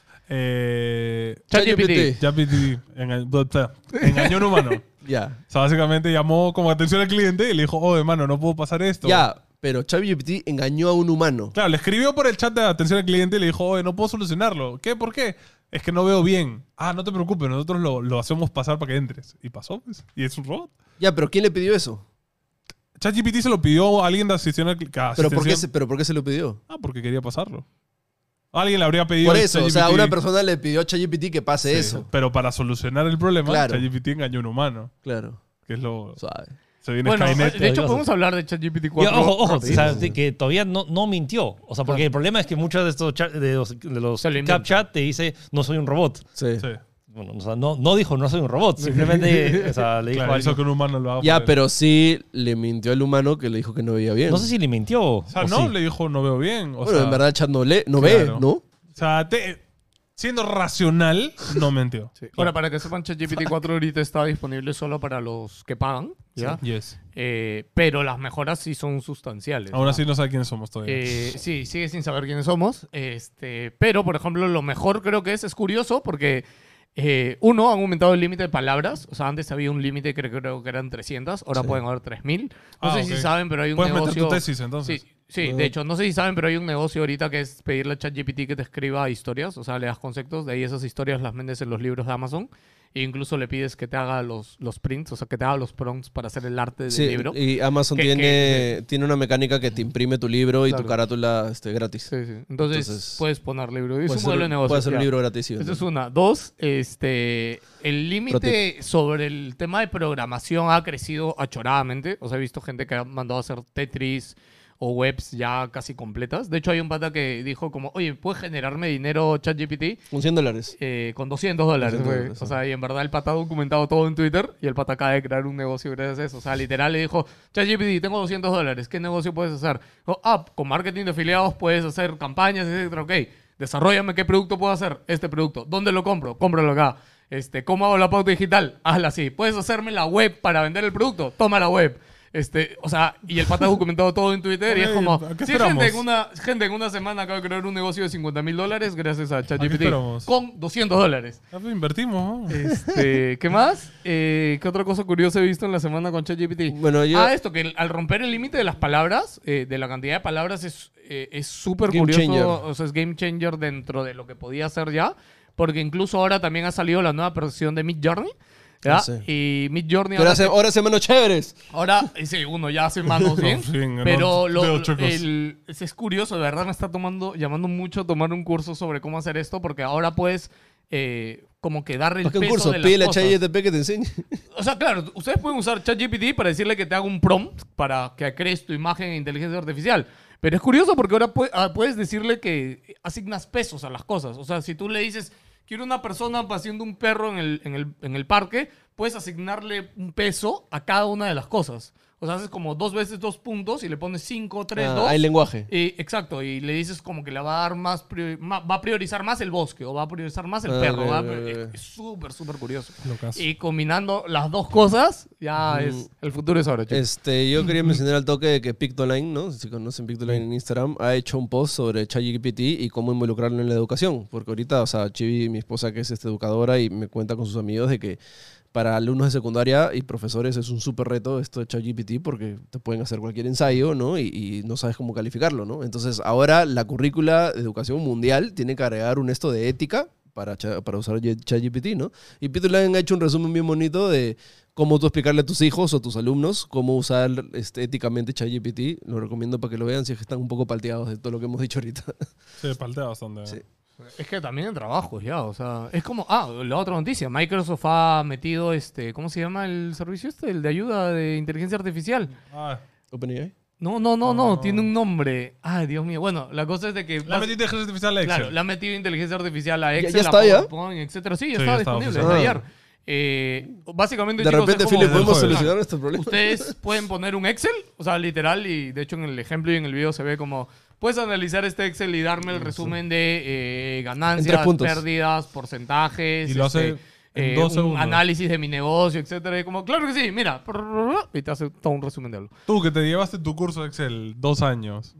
Eh, ChatGPT. ChatGPT enga- engañó a un humano. Ya. O sea, básicamente llamó como atención al cliente y le dijo, oh, hermano, no puedo pasar esto. Ya, pero ChatGPT engañó a un humano. Claro, le escribió por el chat de atención al cliente y le dijo, oye, no puedo solucionarlo. ¿Qué? ¿Por qué? Es que no veo bien. Ah, no te preocupes, nosotros lo, lo hacemos pasar para que entres. Y pasó, pues. Y es un robot. Ya, pero ¿quién le pidió eso? ChatGPT se lo pidió a alguien de asistencia al cliente. ¿Pero por, qué se, ¿Pero por qué se lo pidió? Ah, porque quería pasarlo. Alguien le habría pedido Por a eso, o sea, ChatGPT. una persona le pidió a ChatGPT que pase Sí, eso. Pero para solucionar el problema, Claro. ChatGPT engañó a un humano. Claro, Que es lo... suave. Se viene Bueno, Skynet. de hecho Dios. podemos hablar de ChatGPT Y cuatro. ojo, ojo, o rapidito. sea, de que todavía no, no mintió. O sea, porque el problema es que muchos de estos chat- de los, de los Se lo inventa. CapTchat te dice, no soy un robot. Sí. Sí. Bueno, o sea, no, no dijo, no soy un robot. Simplemente, o sea, le dijo Claro, a hizo alguien. que un humano lo haga. Ya, por él. pero sí le mintió al humano que le dijo que no veía bien. No sé si le mintió. O sea, o no, sí. le dijo, no veo bien. O Bueno, sea, en verdad el chat no lee, no claro. ve, ¿no? O sea, te- siendo racional, no mintió. Sí. Ahora, para que sepan, ChatGPT cuatro ahorita está disponible solo para los que pagan, ¿ya? Yes. Eh, pero las mejoras sí son sustanciales. Aún ¿no? así no sabe quiénes somos todavía. Eh, sí, sigue sin saber quiénes somos. Este, pero, por ejemplo, lo mejor creo que es, es curioso porque, eh, uno, han aumentado el límite de palabras. O sea, antes había un límite que creo que eran trescientas, ahora Sí. pueden haber tres mil. No Ah, sé ok. si saben, pero hay un Puedes meter negocio... tu tesis, entonces. Sí, sí, de hecho, no sé si saben, pero hay un negocio ahorita que es pedirle a ChatGPT que te escriba historias. O sea, le das conceptos, de ahí esas historias las vendes en los libros de Amazon. E incluso le pides que te haga los, los prints, o sea, que te haga los prompts para hacer el arte del Sí, libro. y Amazon Que- tiene, que- tiene una mecánica que te imprime tu libro y Claro. tu carátula este, gratis. Sí, sí. Entonces, Entonces, puedes poner libro. Es Puede un ser, modelo de negocio. puede ser un ya. libro gratis. y Esa es vender. una. Dos, este, el límite sobre el tema de programación ha crecido achoradamente. O sea, he visto gente que ha mandado a hacer Tetris o webs ya casi completas. De hecho, hay un pata que dijo como, oye, ¿puedes generarme dinero ChatGPT? Con cien dólares. Eh, con doscientos dólares, doscientos güey. dólares, O sea, y en verdad el pata ha documentado todo en Twitter y el pata acaba de crear un negocio gracias a eso. O sea, literal le dijo, ChatGPT, tengo doscientos dólares, ¿qué negocio puedes hacer? Oh, ah, con marketing de afiliados puedes hacer campañas, etcétera. Ok, desarrollame qué producto puedo hacer. Este producto. ¿Dónde lo compro? Cómpralo acá. Este, ¿cómo hago la pauta digital? Hazla así. ¿Puedes hacerme la web para vender el producto? Toma la web. Este, o sea, y el pata ha documentado todo en Twitter y es Oye, como, ¿qué sí, esperamos? gente en, una, gente, en una semana acabo de crear un negocio de cincuenta mil dólares gracias a ChatGPT. esperamos? Con doscientos dólares. Ah, pues invertimos, ¿no? Este, ¿qué más? Eh, ¿Qué otra cosa curiosa he visto en la semana con ChatGPT? Bueno, yo... Ah, esto, que el- al romper el límite de las palabras, eh, de la cantidad de palabras, es eh, es súper Game curioso. changer. O sea, es game changer dentro de lo que podía hacer ya. Porque incluso ahora también ha salido la nueva versión de Midjourney. ¿ya? No sé. Y Midjourney Pero ahora, hace, ahora hace menos chéveres. ahora, eh, sí, uno ya hace manos bien. Sí, no, Pero lo, dedos chuecos. el- es, es curioso, de verdad me está tomando, llamando mucho a tomar un curso sobre cómo hacer esto, porque ahora puedes eh, como que darle el ¿Para qué un peso curso? de las Pídele a cosas. ChatGPT que te enseñe. O sea, claro, ustedes pueden usar ChatGPT para decirle que te haga un prompt para que crees tu imagen en inteligencia artificial. Pero es curioso porque ahora pu- ah, puedes decirle que asignas pesos a las cosas. O sea, si tú le dices, quiero una persona paseando un perro en el, en el, en el parque, puedes asignarle un peso a cada una de las cosas. O sea, haces como dos veces dos puntos y le pones cinco, tres, Ah, dos. hay lenguaje. Y, exacto, y le dices como que le va a dar más, priori- ma- va a priorizar más el bosque o va a priorizar más el Ah, perro. ok, va a ok, prior- ok. Es súper, súper curioso. Locazo. Y combinando las dos cosas, ya es el futuro es ahora, chicos. Este, yo quería mencionar al toque de que Pictoline, ¿no? Si conocen Pictoline en Instagram, ha hecho un post sobre ChatGPT y cómo involucrarlo en la educación. Porque ahorita, o sea, Chibi, mi esposa que es este, educadora y me cuenta con sus amigos de que para alumnos de secundaria y profesores es un súper reto esto de ChatGPT porque te pueden hacer cualquier ensayo, ¿no? Y, y no sabes cómo calificarlo, ¿no? Entonces, ahora la currícula de educación mundial tiene que agregar un esto de ética para, cha- para usar ChatGPT, ¿no? Y Pictoline ha hecho un resumen bien bonito de cómo tú explicarle a tus hijos o a tus alumnos cómo usar este, éticamente ChatGPT. Lo recomiendo para que lo vean si es que están un poco palteados de todo lo que hemos dicho ahorita. Sí, paltea bastante. Sí. Es que también en trabajos ya, o sea, es como, ah, la otra noticia, Microsoft ha metido este, ¿cómo se llama el servicio este? El de ayuda de inteligencia artificial. Ah, OpenAI. No, no, no, no, Ah. tiene un nombre. Ay, Dios mío. Bueno, la cosa es de que... la metí inteligencia artificial a Excel. Claro, le ha metido inteligencia artificial a ¿Ya- Excel, ya a está ya? PowerPoint, etcétera. Sí, ya Sí, está ya está disponible oficial. desde Ah. ayer. Eh, básicamente, De chicos, repente, es como- Philip, ¿podemos Joder. solucionar nuestro problema? Ustedes pueden poner un Excel, o sea, literal, y de hecho en el ejemplo y en el video se ve como, puedes analizar este Excel y darme el resumen de eh, En ganancias, tres puntos. pérdidas, porcentajes, Y lo hace este, en eh, dos un segundos. análisis de mi negocio, etcétera. Y como, claro que sí, mira, y te hace todo un resumen de algo. Tú que te llevaste tu curso de Excel dos años.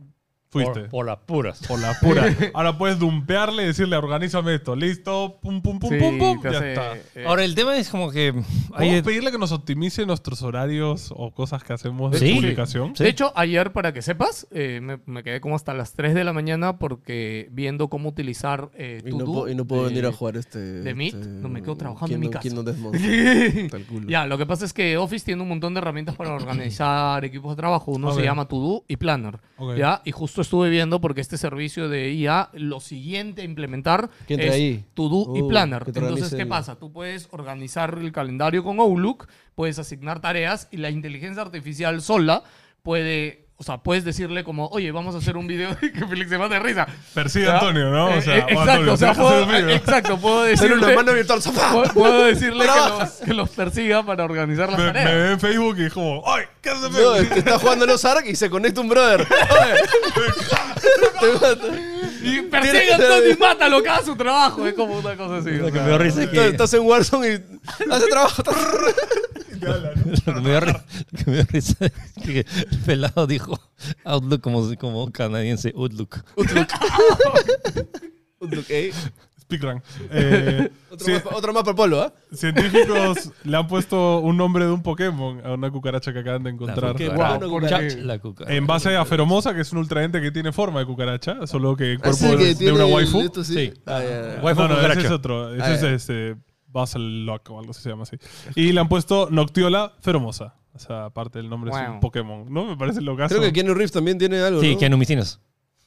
Fuiste. Por, por las puras. Por la pura. Ahora puedes dumpearle y decirle, organízame esto. Listo, pum, pum, pum, Sí, pum, pum. te Ya hace, está. eh, Ahora, el tema es como que... ¿Podemos hay- pedirle que nos optimice nuestros horarios o cosas que hacemos de Sí. publicación? Sí. De hecho, ayer, para que sepas, eh, me, me quedé como hasta las tres de la mañana porque viendo cómo utilizar eh, Y no, To-Do po- y no puedo de- venir a jugar este... de Meet, este- no me quedo trabajando en mi Kingdom- casa. Kingdom Death Monster. Tal culo. Ya, lo que pasa es que Office tiene un montón de herramientas para organizar equipos de trabajo. Uno Ok. se llama To-Do y Planner. Ok. ¿Ya? Y justo estuve viendo porque este servicio de I A, lo siguiente a implementar ¿Qué entra es ahí? To-Do y Uh, Planner. que te Entonces, organice ¿qué el- pasa? Tú puedes organizar el calendario con Outlook, puedes asignar tareas y la inteligencia artificial sola puede... O sea, puedes decirle como, oye, vamos a hacer un video que Félix se mate de risa. Persigue ¿Ya? a Antonio, ¿no? O Eh, sea, eh, oh, exacto, Antonio, o sea, te vas a hacer puedo, un video. exacto, puedo Hacer decirle... una mano virtual, ¡zafá! Puedo, puedo decirle que Trabaja. los, que los persiga para organizar las Me, me tareas. ve en Facebook y es como, ¡ay! ¿Qué hace No, Facebook? te está jugando los Ark y se conecta un brother. Te mata. Y persigue a Antonio y mátalo, que haga su trabajo. Es como una cosa así. Lo o que sea. me dio risa es Estás- que... Estás en Warzone y hace trabajo. Lo que me dio ri- lo que me dio risa es que el pelado dijo Outlook como, como canadiense, Outlook. Outlook. Outlook, ¿eh? Speedrun. Eh, Otro, sí, mapa, otro mapa al polo, ¿ah? científicos le han puesto un nombre de un Pokémon a una cucaracha que acaban de encontrar. Qué cucaracha. bueno, ¿por cucaracha. qué? La cucaracha. En base a Feromosa, que es un ultraente que tiene forma de cucaracha, solo que el Ah, cuerpo sí, que es de tiene una el- waifu. esto sí. Sí. Ah, ya, ya. Waifu No, no, ese cucaracha. es otro. Ese Ah, es ya. este Basal Lock o algo así se llama así. Y le han puesto Noctiola Feromosa. O sea, aparte del nombre es Wow. un Pokémon. ¿No? Me parece lo caso. Creo que Keanu Reeves también tiene algo, Sí, ¿no? que numicinas.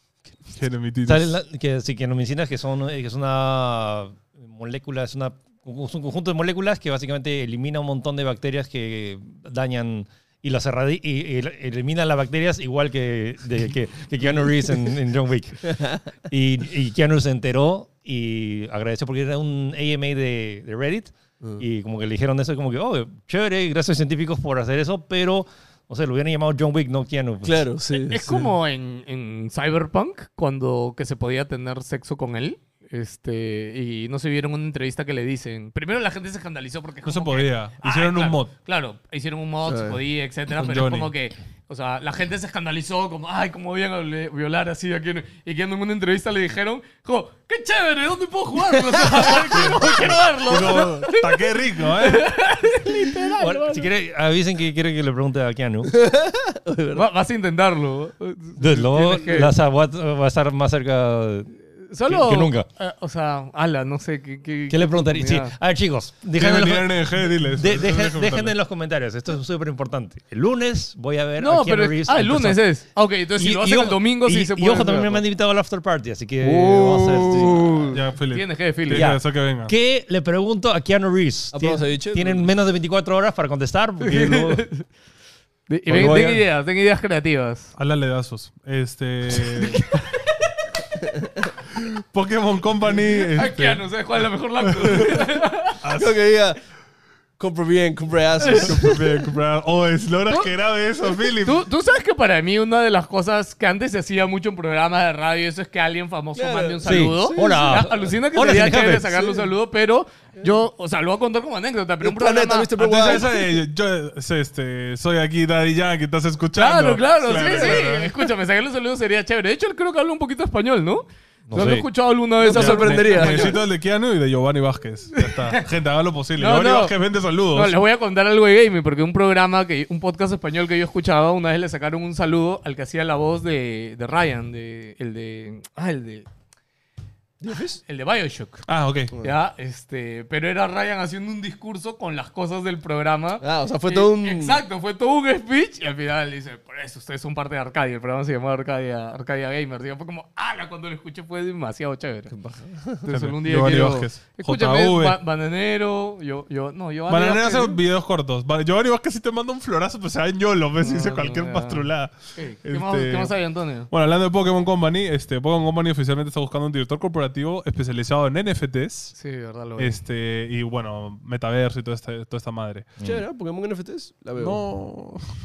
Sale Sale la- que, sí, que numicinas que son eh, que es una molécula, es, una, es un conjunto de moléculas que básicamente elimina un montón de bacterias que dañan y las erradi- y, y elimina las bacterias igual que, de, que, que Keanu Reeves en, en John Wick. Y, y Keanu se enteró y agradeció porque era un A M A de, de Reddit Mm. y como que le dijeron eso, como que, oh, chévere, gracias científicos por hacer eso, pero, no sé, lo hubieran llamado John Wick, no Keanu. Pues. Claro, sí. Es sí. como en, en Cyberpunk, cuando que se podía tener sexo con él. Este, y no se vieron una entrevista que le dicen. Primero la gente se escandalizó porque No se como que- podía. Ah, Hicieron claro, un mod. Claro, hicieron un mod, se Ah. podía, etcétera, Con pero Johnny. es como que, o sea, la gente se escandalizó como, ay, cómo iban a viola- violar así a Keanu. Y Keanu en una entrevista le dijeron, jo, qué chévere, ¿dónde puedo jugar? O sea, quiero, quiero verlo. Digo, "Ta, qué rico, ¿eh? Bueno, si quiere, avisen que quiere que le pregunte a Keanu. Va- vas a intentarlo. Entonces, luego Tienes que- la sa- va a va a estar más cerca Solo, que- que nunca. eh, o sea, ala, no sé qué. ¿Qué, ¿Qué le preguntaría? Sí. oportunidad. A ver, chicos, Dejen déjenme en venir los- a N G, diles. de- dejen, Dejen dejen en los comentarios. Esto es súper importante. El lunes voy a ver a No, Keanu pero. Reeves Ah, el en lunes persona. es. Ah, ok, entonces si lo hacen ojo- el domingo, sí y- se Y puede. ojo, también hacer. me han invitado al after party, así que vamos a hacer. sí. Uh, Ya, Philip. Tienes que, Philip. Tienes Ya. que hacer que venga. ¿Qué le pregunto a Keanu Reeves? ¿Aprobas Tien- ceviche? Tienen menos de veinticuatro horas para contestar. Porque luego- De- y Porque ven, voy ten a- ideas, ten ideas creativas. Háblale de Asus. Este. Pokémon Company. Ay, este, Keanu, ¿sabes cuál es la mejor laptop? Creo que diga, compra bien, compra Asus. comprar bien, comprar- Oh, es logras que grabe eso, Philip. ¿Tú, tú sabes que para mí una de las cosas que antes se hacía mucho en programas de radio, eso es que alguien famoso Claro. mande un Sí. saludo. Sí, Hola. Ya, alucina que Hola, sería Cinejape. chévere sacarle un Sí. saludo, pero yo, o sea, lo voy a contar como anécdota, pero un Planeta, programa... mister Antes de Worldwide. ese, yo es, este, soy aquí Daddy Yankee, ¿estás escuchando? Claro, claro, sí, sí. claro. Escúchame, sacarle un saludo sería chévere. De hecho, él creo que habla un poquito español, ¿no? No ¿Lo has sé. escuchado alguna vez? No te hablar- sorprendería. Ne- necesito el de Keanu y de Giovanni Vázquez. Ya está. Gente, hagan lo posible. No, Giovanni no. Vázquez vende saludos. No, les voy a contar algo de gaming, porque un programa, que un podcast español que yo escuchaba, una vez le sacaron un saludo al que hacía la voz de, de Ryan, de, el de... Ah, el de... El de Bioshock. Ah, ok. Ya, este, pero era Ryan haciendo un discurso con las cosas del programa. Ah, o sea, fue Y- todo un... Exacto, fue todo un speech y al final dice, por eso ustedes son parte de Arcadia. El programa se llamaba Arcadia, Arcadia Gamers. Y fue como, ala, cuando lo escuché fue demasiado chévere. Entonces algún día Giovanni quiero... Vázquez. Escúchame, J V. Ba- Bananero, yo, yo, no, yo... Bananero hace videos cortos. Va- Giovanni Vázquez sí te manda un florazo, pues se da ñolo, ves, y No, dice no, cualquier ya. pastrulada. ¿Qué, ¿Qué más, Este- ¿Qué más hay, Antonio? Bueno, hablando de Pokémon Company, este, Pokémon Company oficialmente está buscando un director corporativo especializado en N F Ts. Sí, de verdad lo vi. Este, y bueno, metaverso y toda esta, toda esta madre. Chévere, ¿eh? Pokémon N F Ts. La veo. No.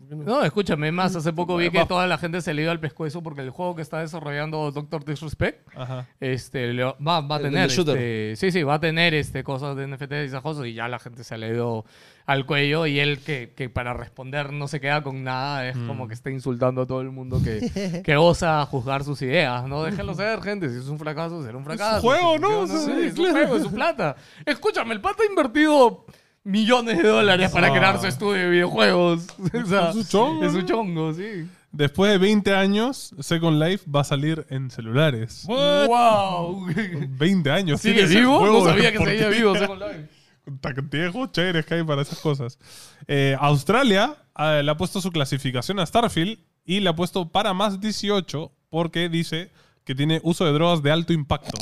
No, escúchame, más hace poco vi que toda la gente se le dio al pescuezo porque el juego que está desarrollando Doctor Disrespect Ajá. este, le- va, va a El tener del shooter. este, sí, sí, va a tener este, cosas de N F T y esas cosas y ya la gente se le dio al cuello y él que, que para responder no se queda con nada, es como que está insultando a todo el mundo que, que osa juzgar sus ideas, ¿no? Déjenlo ser, gente, si es un fracaso, será un fracaso. juego, Si ¿no? funciona, Sí, sí, es un juego, es su plata. Escúchame, el pata ha invertido millones de dólares para Ah. crear su estudio de videojuegos. O sea, Es su chongo, Es su ¿no? chongo, sí. Después de veinte años, Second Life va a salir en celulares. ¡Wow! veinte años. ¿Sigue tiene ese vivo? juego No de sabía que seguía porquería. vivo Second Life. Puta, cantidad de juegos chéveres que hay para esas cosas. Eh, Australia eh, le ha puesto su clasificación a Starfield y le ha puesto para más dieciocho porque dice que tiene uso de drogas de alto impacto.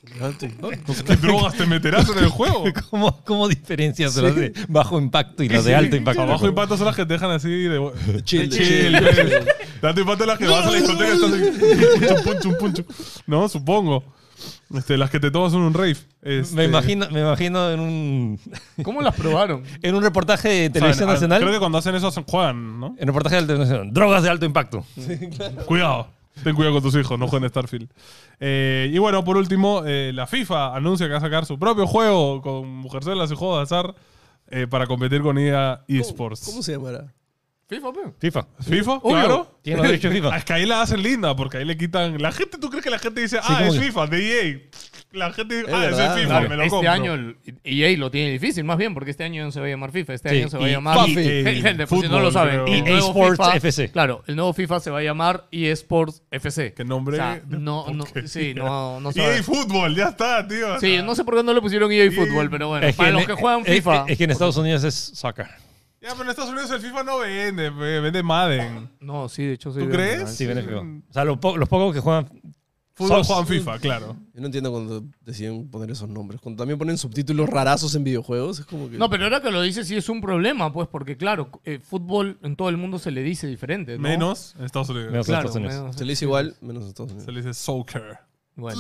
Pues, ¿qué drogas te meterás en el juego? ¿Cómo, cómo diferencias las de bajo impacto y las de alto impacto? A bajo impacto son las que te dejan así de, Chill, de chill. pues. De alto impacto las que vas a la discoteca y estás así, puncho, puncho, puncho. No, supongo. Este, las que te tomas en un rave. Este, Me imagino, me imagino en un, ¿Cómo las probaron? en un reportaje de saben, televisión a- nacional. Creo que cuando hacen eso hacen- juegan, ¿no? En un reportaje de televisión nacional. Drogas de alto impacto. Cuidado. Ten cuidado con tus hijos, no jueguen Starfield. Eh, y bueno, por último, eh, la FIFA anuncia que va a sacar su propio juego con mujercelas y juegos de azar eh, para competir con E A eSports. ¿Cómo se llamará? FIFA, pe. FIFA. ¿FIFA? Obvio. Claro. Tiene los derechos de FIFA. Es que ahí la hacen linda, porque ahí le quitan. La gente, ¿tú crees que la gente dice, ah, como es que- FIFA, de E A? La gente dice, Es ah, verdad. es el FIFA, Claro, me lo este compro. año el E A lo tiene difícil, más bien, porque este año no se va a llamar FIFA, este Sí, año se va a y llamar... Fafi. Gen- Gente, por si no Fútbol, lo saben. creo. el nuevo E A Sports FIFA F C. Claro, el nuevo FIFA se va a llamar E A Sports F C. ¿Qué nombre? O sea, de no, no, porquería. sí, no, no E sabe. A Fútbol, ya está, tío. Sí, no sé por qué no le pusieron E A Fútbol, pero bueno, para los en- que juegan es- FIFA... Es, que en Estados Unidos es soccer. Ya, pero en Estados Unidos el FIFA no vende, pe, vende Madden. No, sí, de hecho sí. ¿Tú de crees? verdad, Sí, ven el FIFA. O sea, lo po- los pocos que juegan Fútbol Sos- juegan FIFA, claro. Yo no entiendo cuando deciden poner esos nombres. Cuando también ponen subtítulos rarazos en videojuegos, es como que... No, pero ahora que lo dices sí es un problema, pues, porque claro, eh, fútbol en todo el mundo se le dice diferente, ¿no? Menos en Estados Unidos. Menos en Claro, Estados Unidos. menos- Se le dice igual, menos en Estados Se Unidos. le dice soccer. Bueno.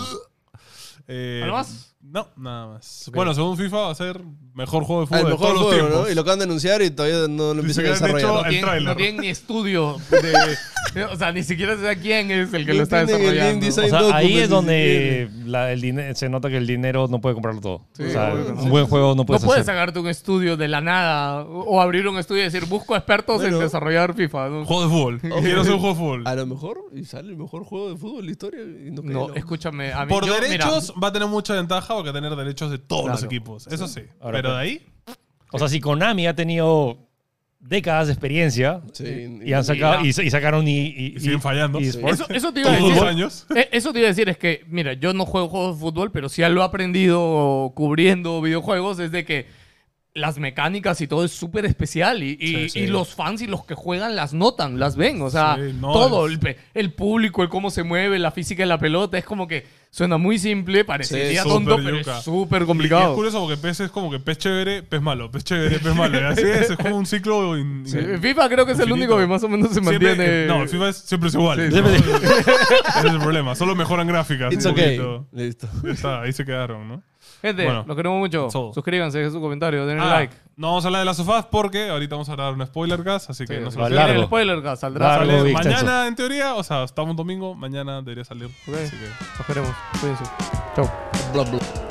Eh, ¿Algo más? No, nada más. Ok. Bueno, según FIFA va a ser mejor juego de Ah, fútbol el de mejor todos los juego, tiempos. ¿no? Y lo acaban de anunciar y todavía no lo Ni empiezan a siquiera han desarrollar. hecho No el tienen, tráiler. no tienen ni estudio de, o sea, ni siquiera sé quién es el que No lo está tienen el desarrollando. game design. O sea, Document ahí es ni donde la- el dine- se nota que el dinero no puede comprarlo todo. Sí, o sea, obvio que no. un buen juego no No puedes puedes hacer. sacarte un estudio de la nada o o abrir un estudio y decir, busco expertos en Bueno. desarrollar FIFA. No, Juego de fútbol. Quiero hacer un juego de fútbol. A lo mejor y sale el mejor juego de fútbol de la historia. Y no, No, cae, escúchame. A mí, Por yo, derechos va a tener mucha ventaja porque va a tener derechos de todos los Claro. equipos. Eso sí. Ahora, pero pues, de ahí, O sea, si Konami ha tenido décadas de experiencia Sí, y, han sacado, y y, y sacaron y, y- y siguen fallando. y- Sí. Eso, eso te iba a todos decir. los años. Eh, Eso te iba a decir, es que, mira, yo no juego juegos de fútbol, pero sí lo he aprendido cubriendo videojuegos, es de que las mecánicas y todo es súper especial y, y- Sí, sí. y los fans y los que juegan las notan, las ven, o sea, Sí, no, todo, es- el, pe- el público, el cómo se mueve, la física de la pelota, es como que suena muy simple, parecería Sí, tonto, súper pero yuca. es súper Y es complicado. curioso porque pez es como que pez chévere, pez malo, pez chévere, pez malo. Y así es, es como un ciclo. in- Sí, in- FIFA creo que es el infinito. único que más o menos se Siempre- mantiene... eh, no, el FIFA es, siempre es igual. Sí, ¿no? sí. Ese es el problema. Solo mejoran gráficas. It's un okay. poquito. Listo. Ya está, ahí se quedaron, ¿no? Gente, Bueno, los queremos mucho. that's all. Suscríbanse, dejen su comentario, denle Ah, like. no vamos a hablar de las sofás porque ahorita vamos a dar un spoiler gas, así que Sí, no se va lo a largo. el spoiler, gas, saldrá. Largo sale- y extenso. Mañana, en teoría, o sea, estamos domingo, mañana debería salir. Ok. Así que. Los queremos. Cuídense. Chau. Bla, bla.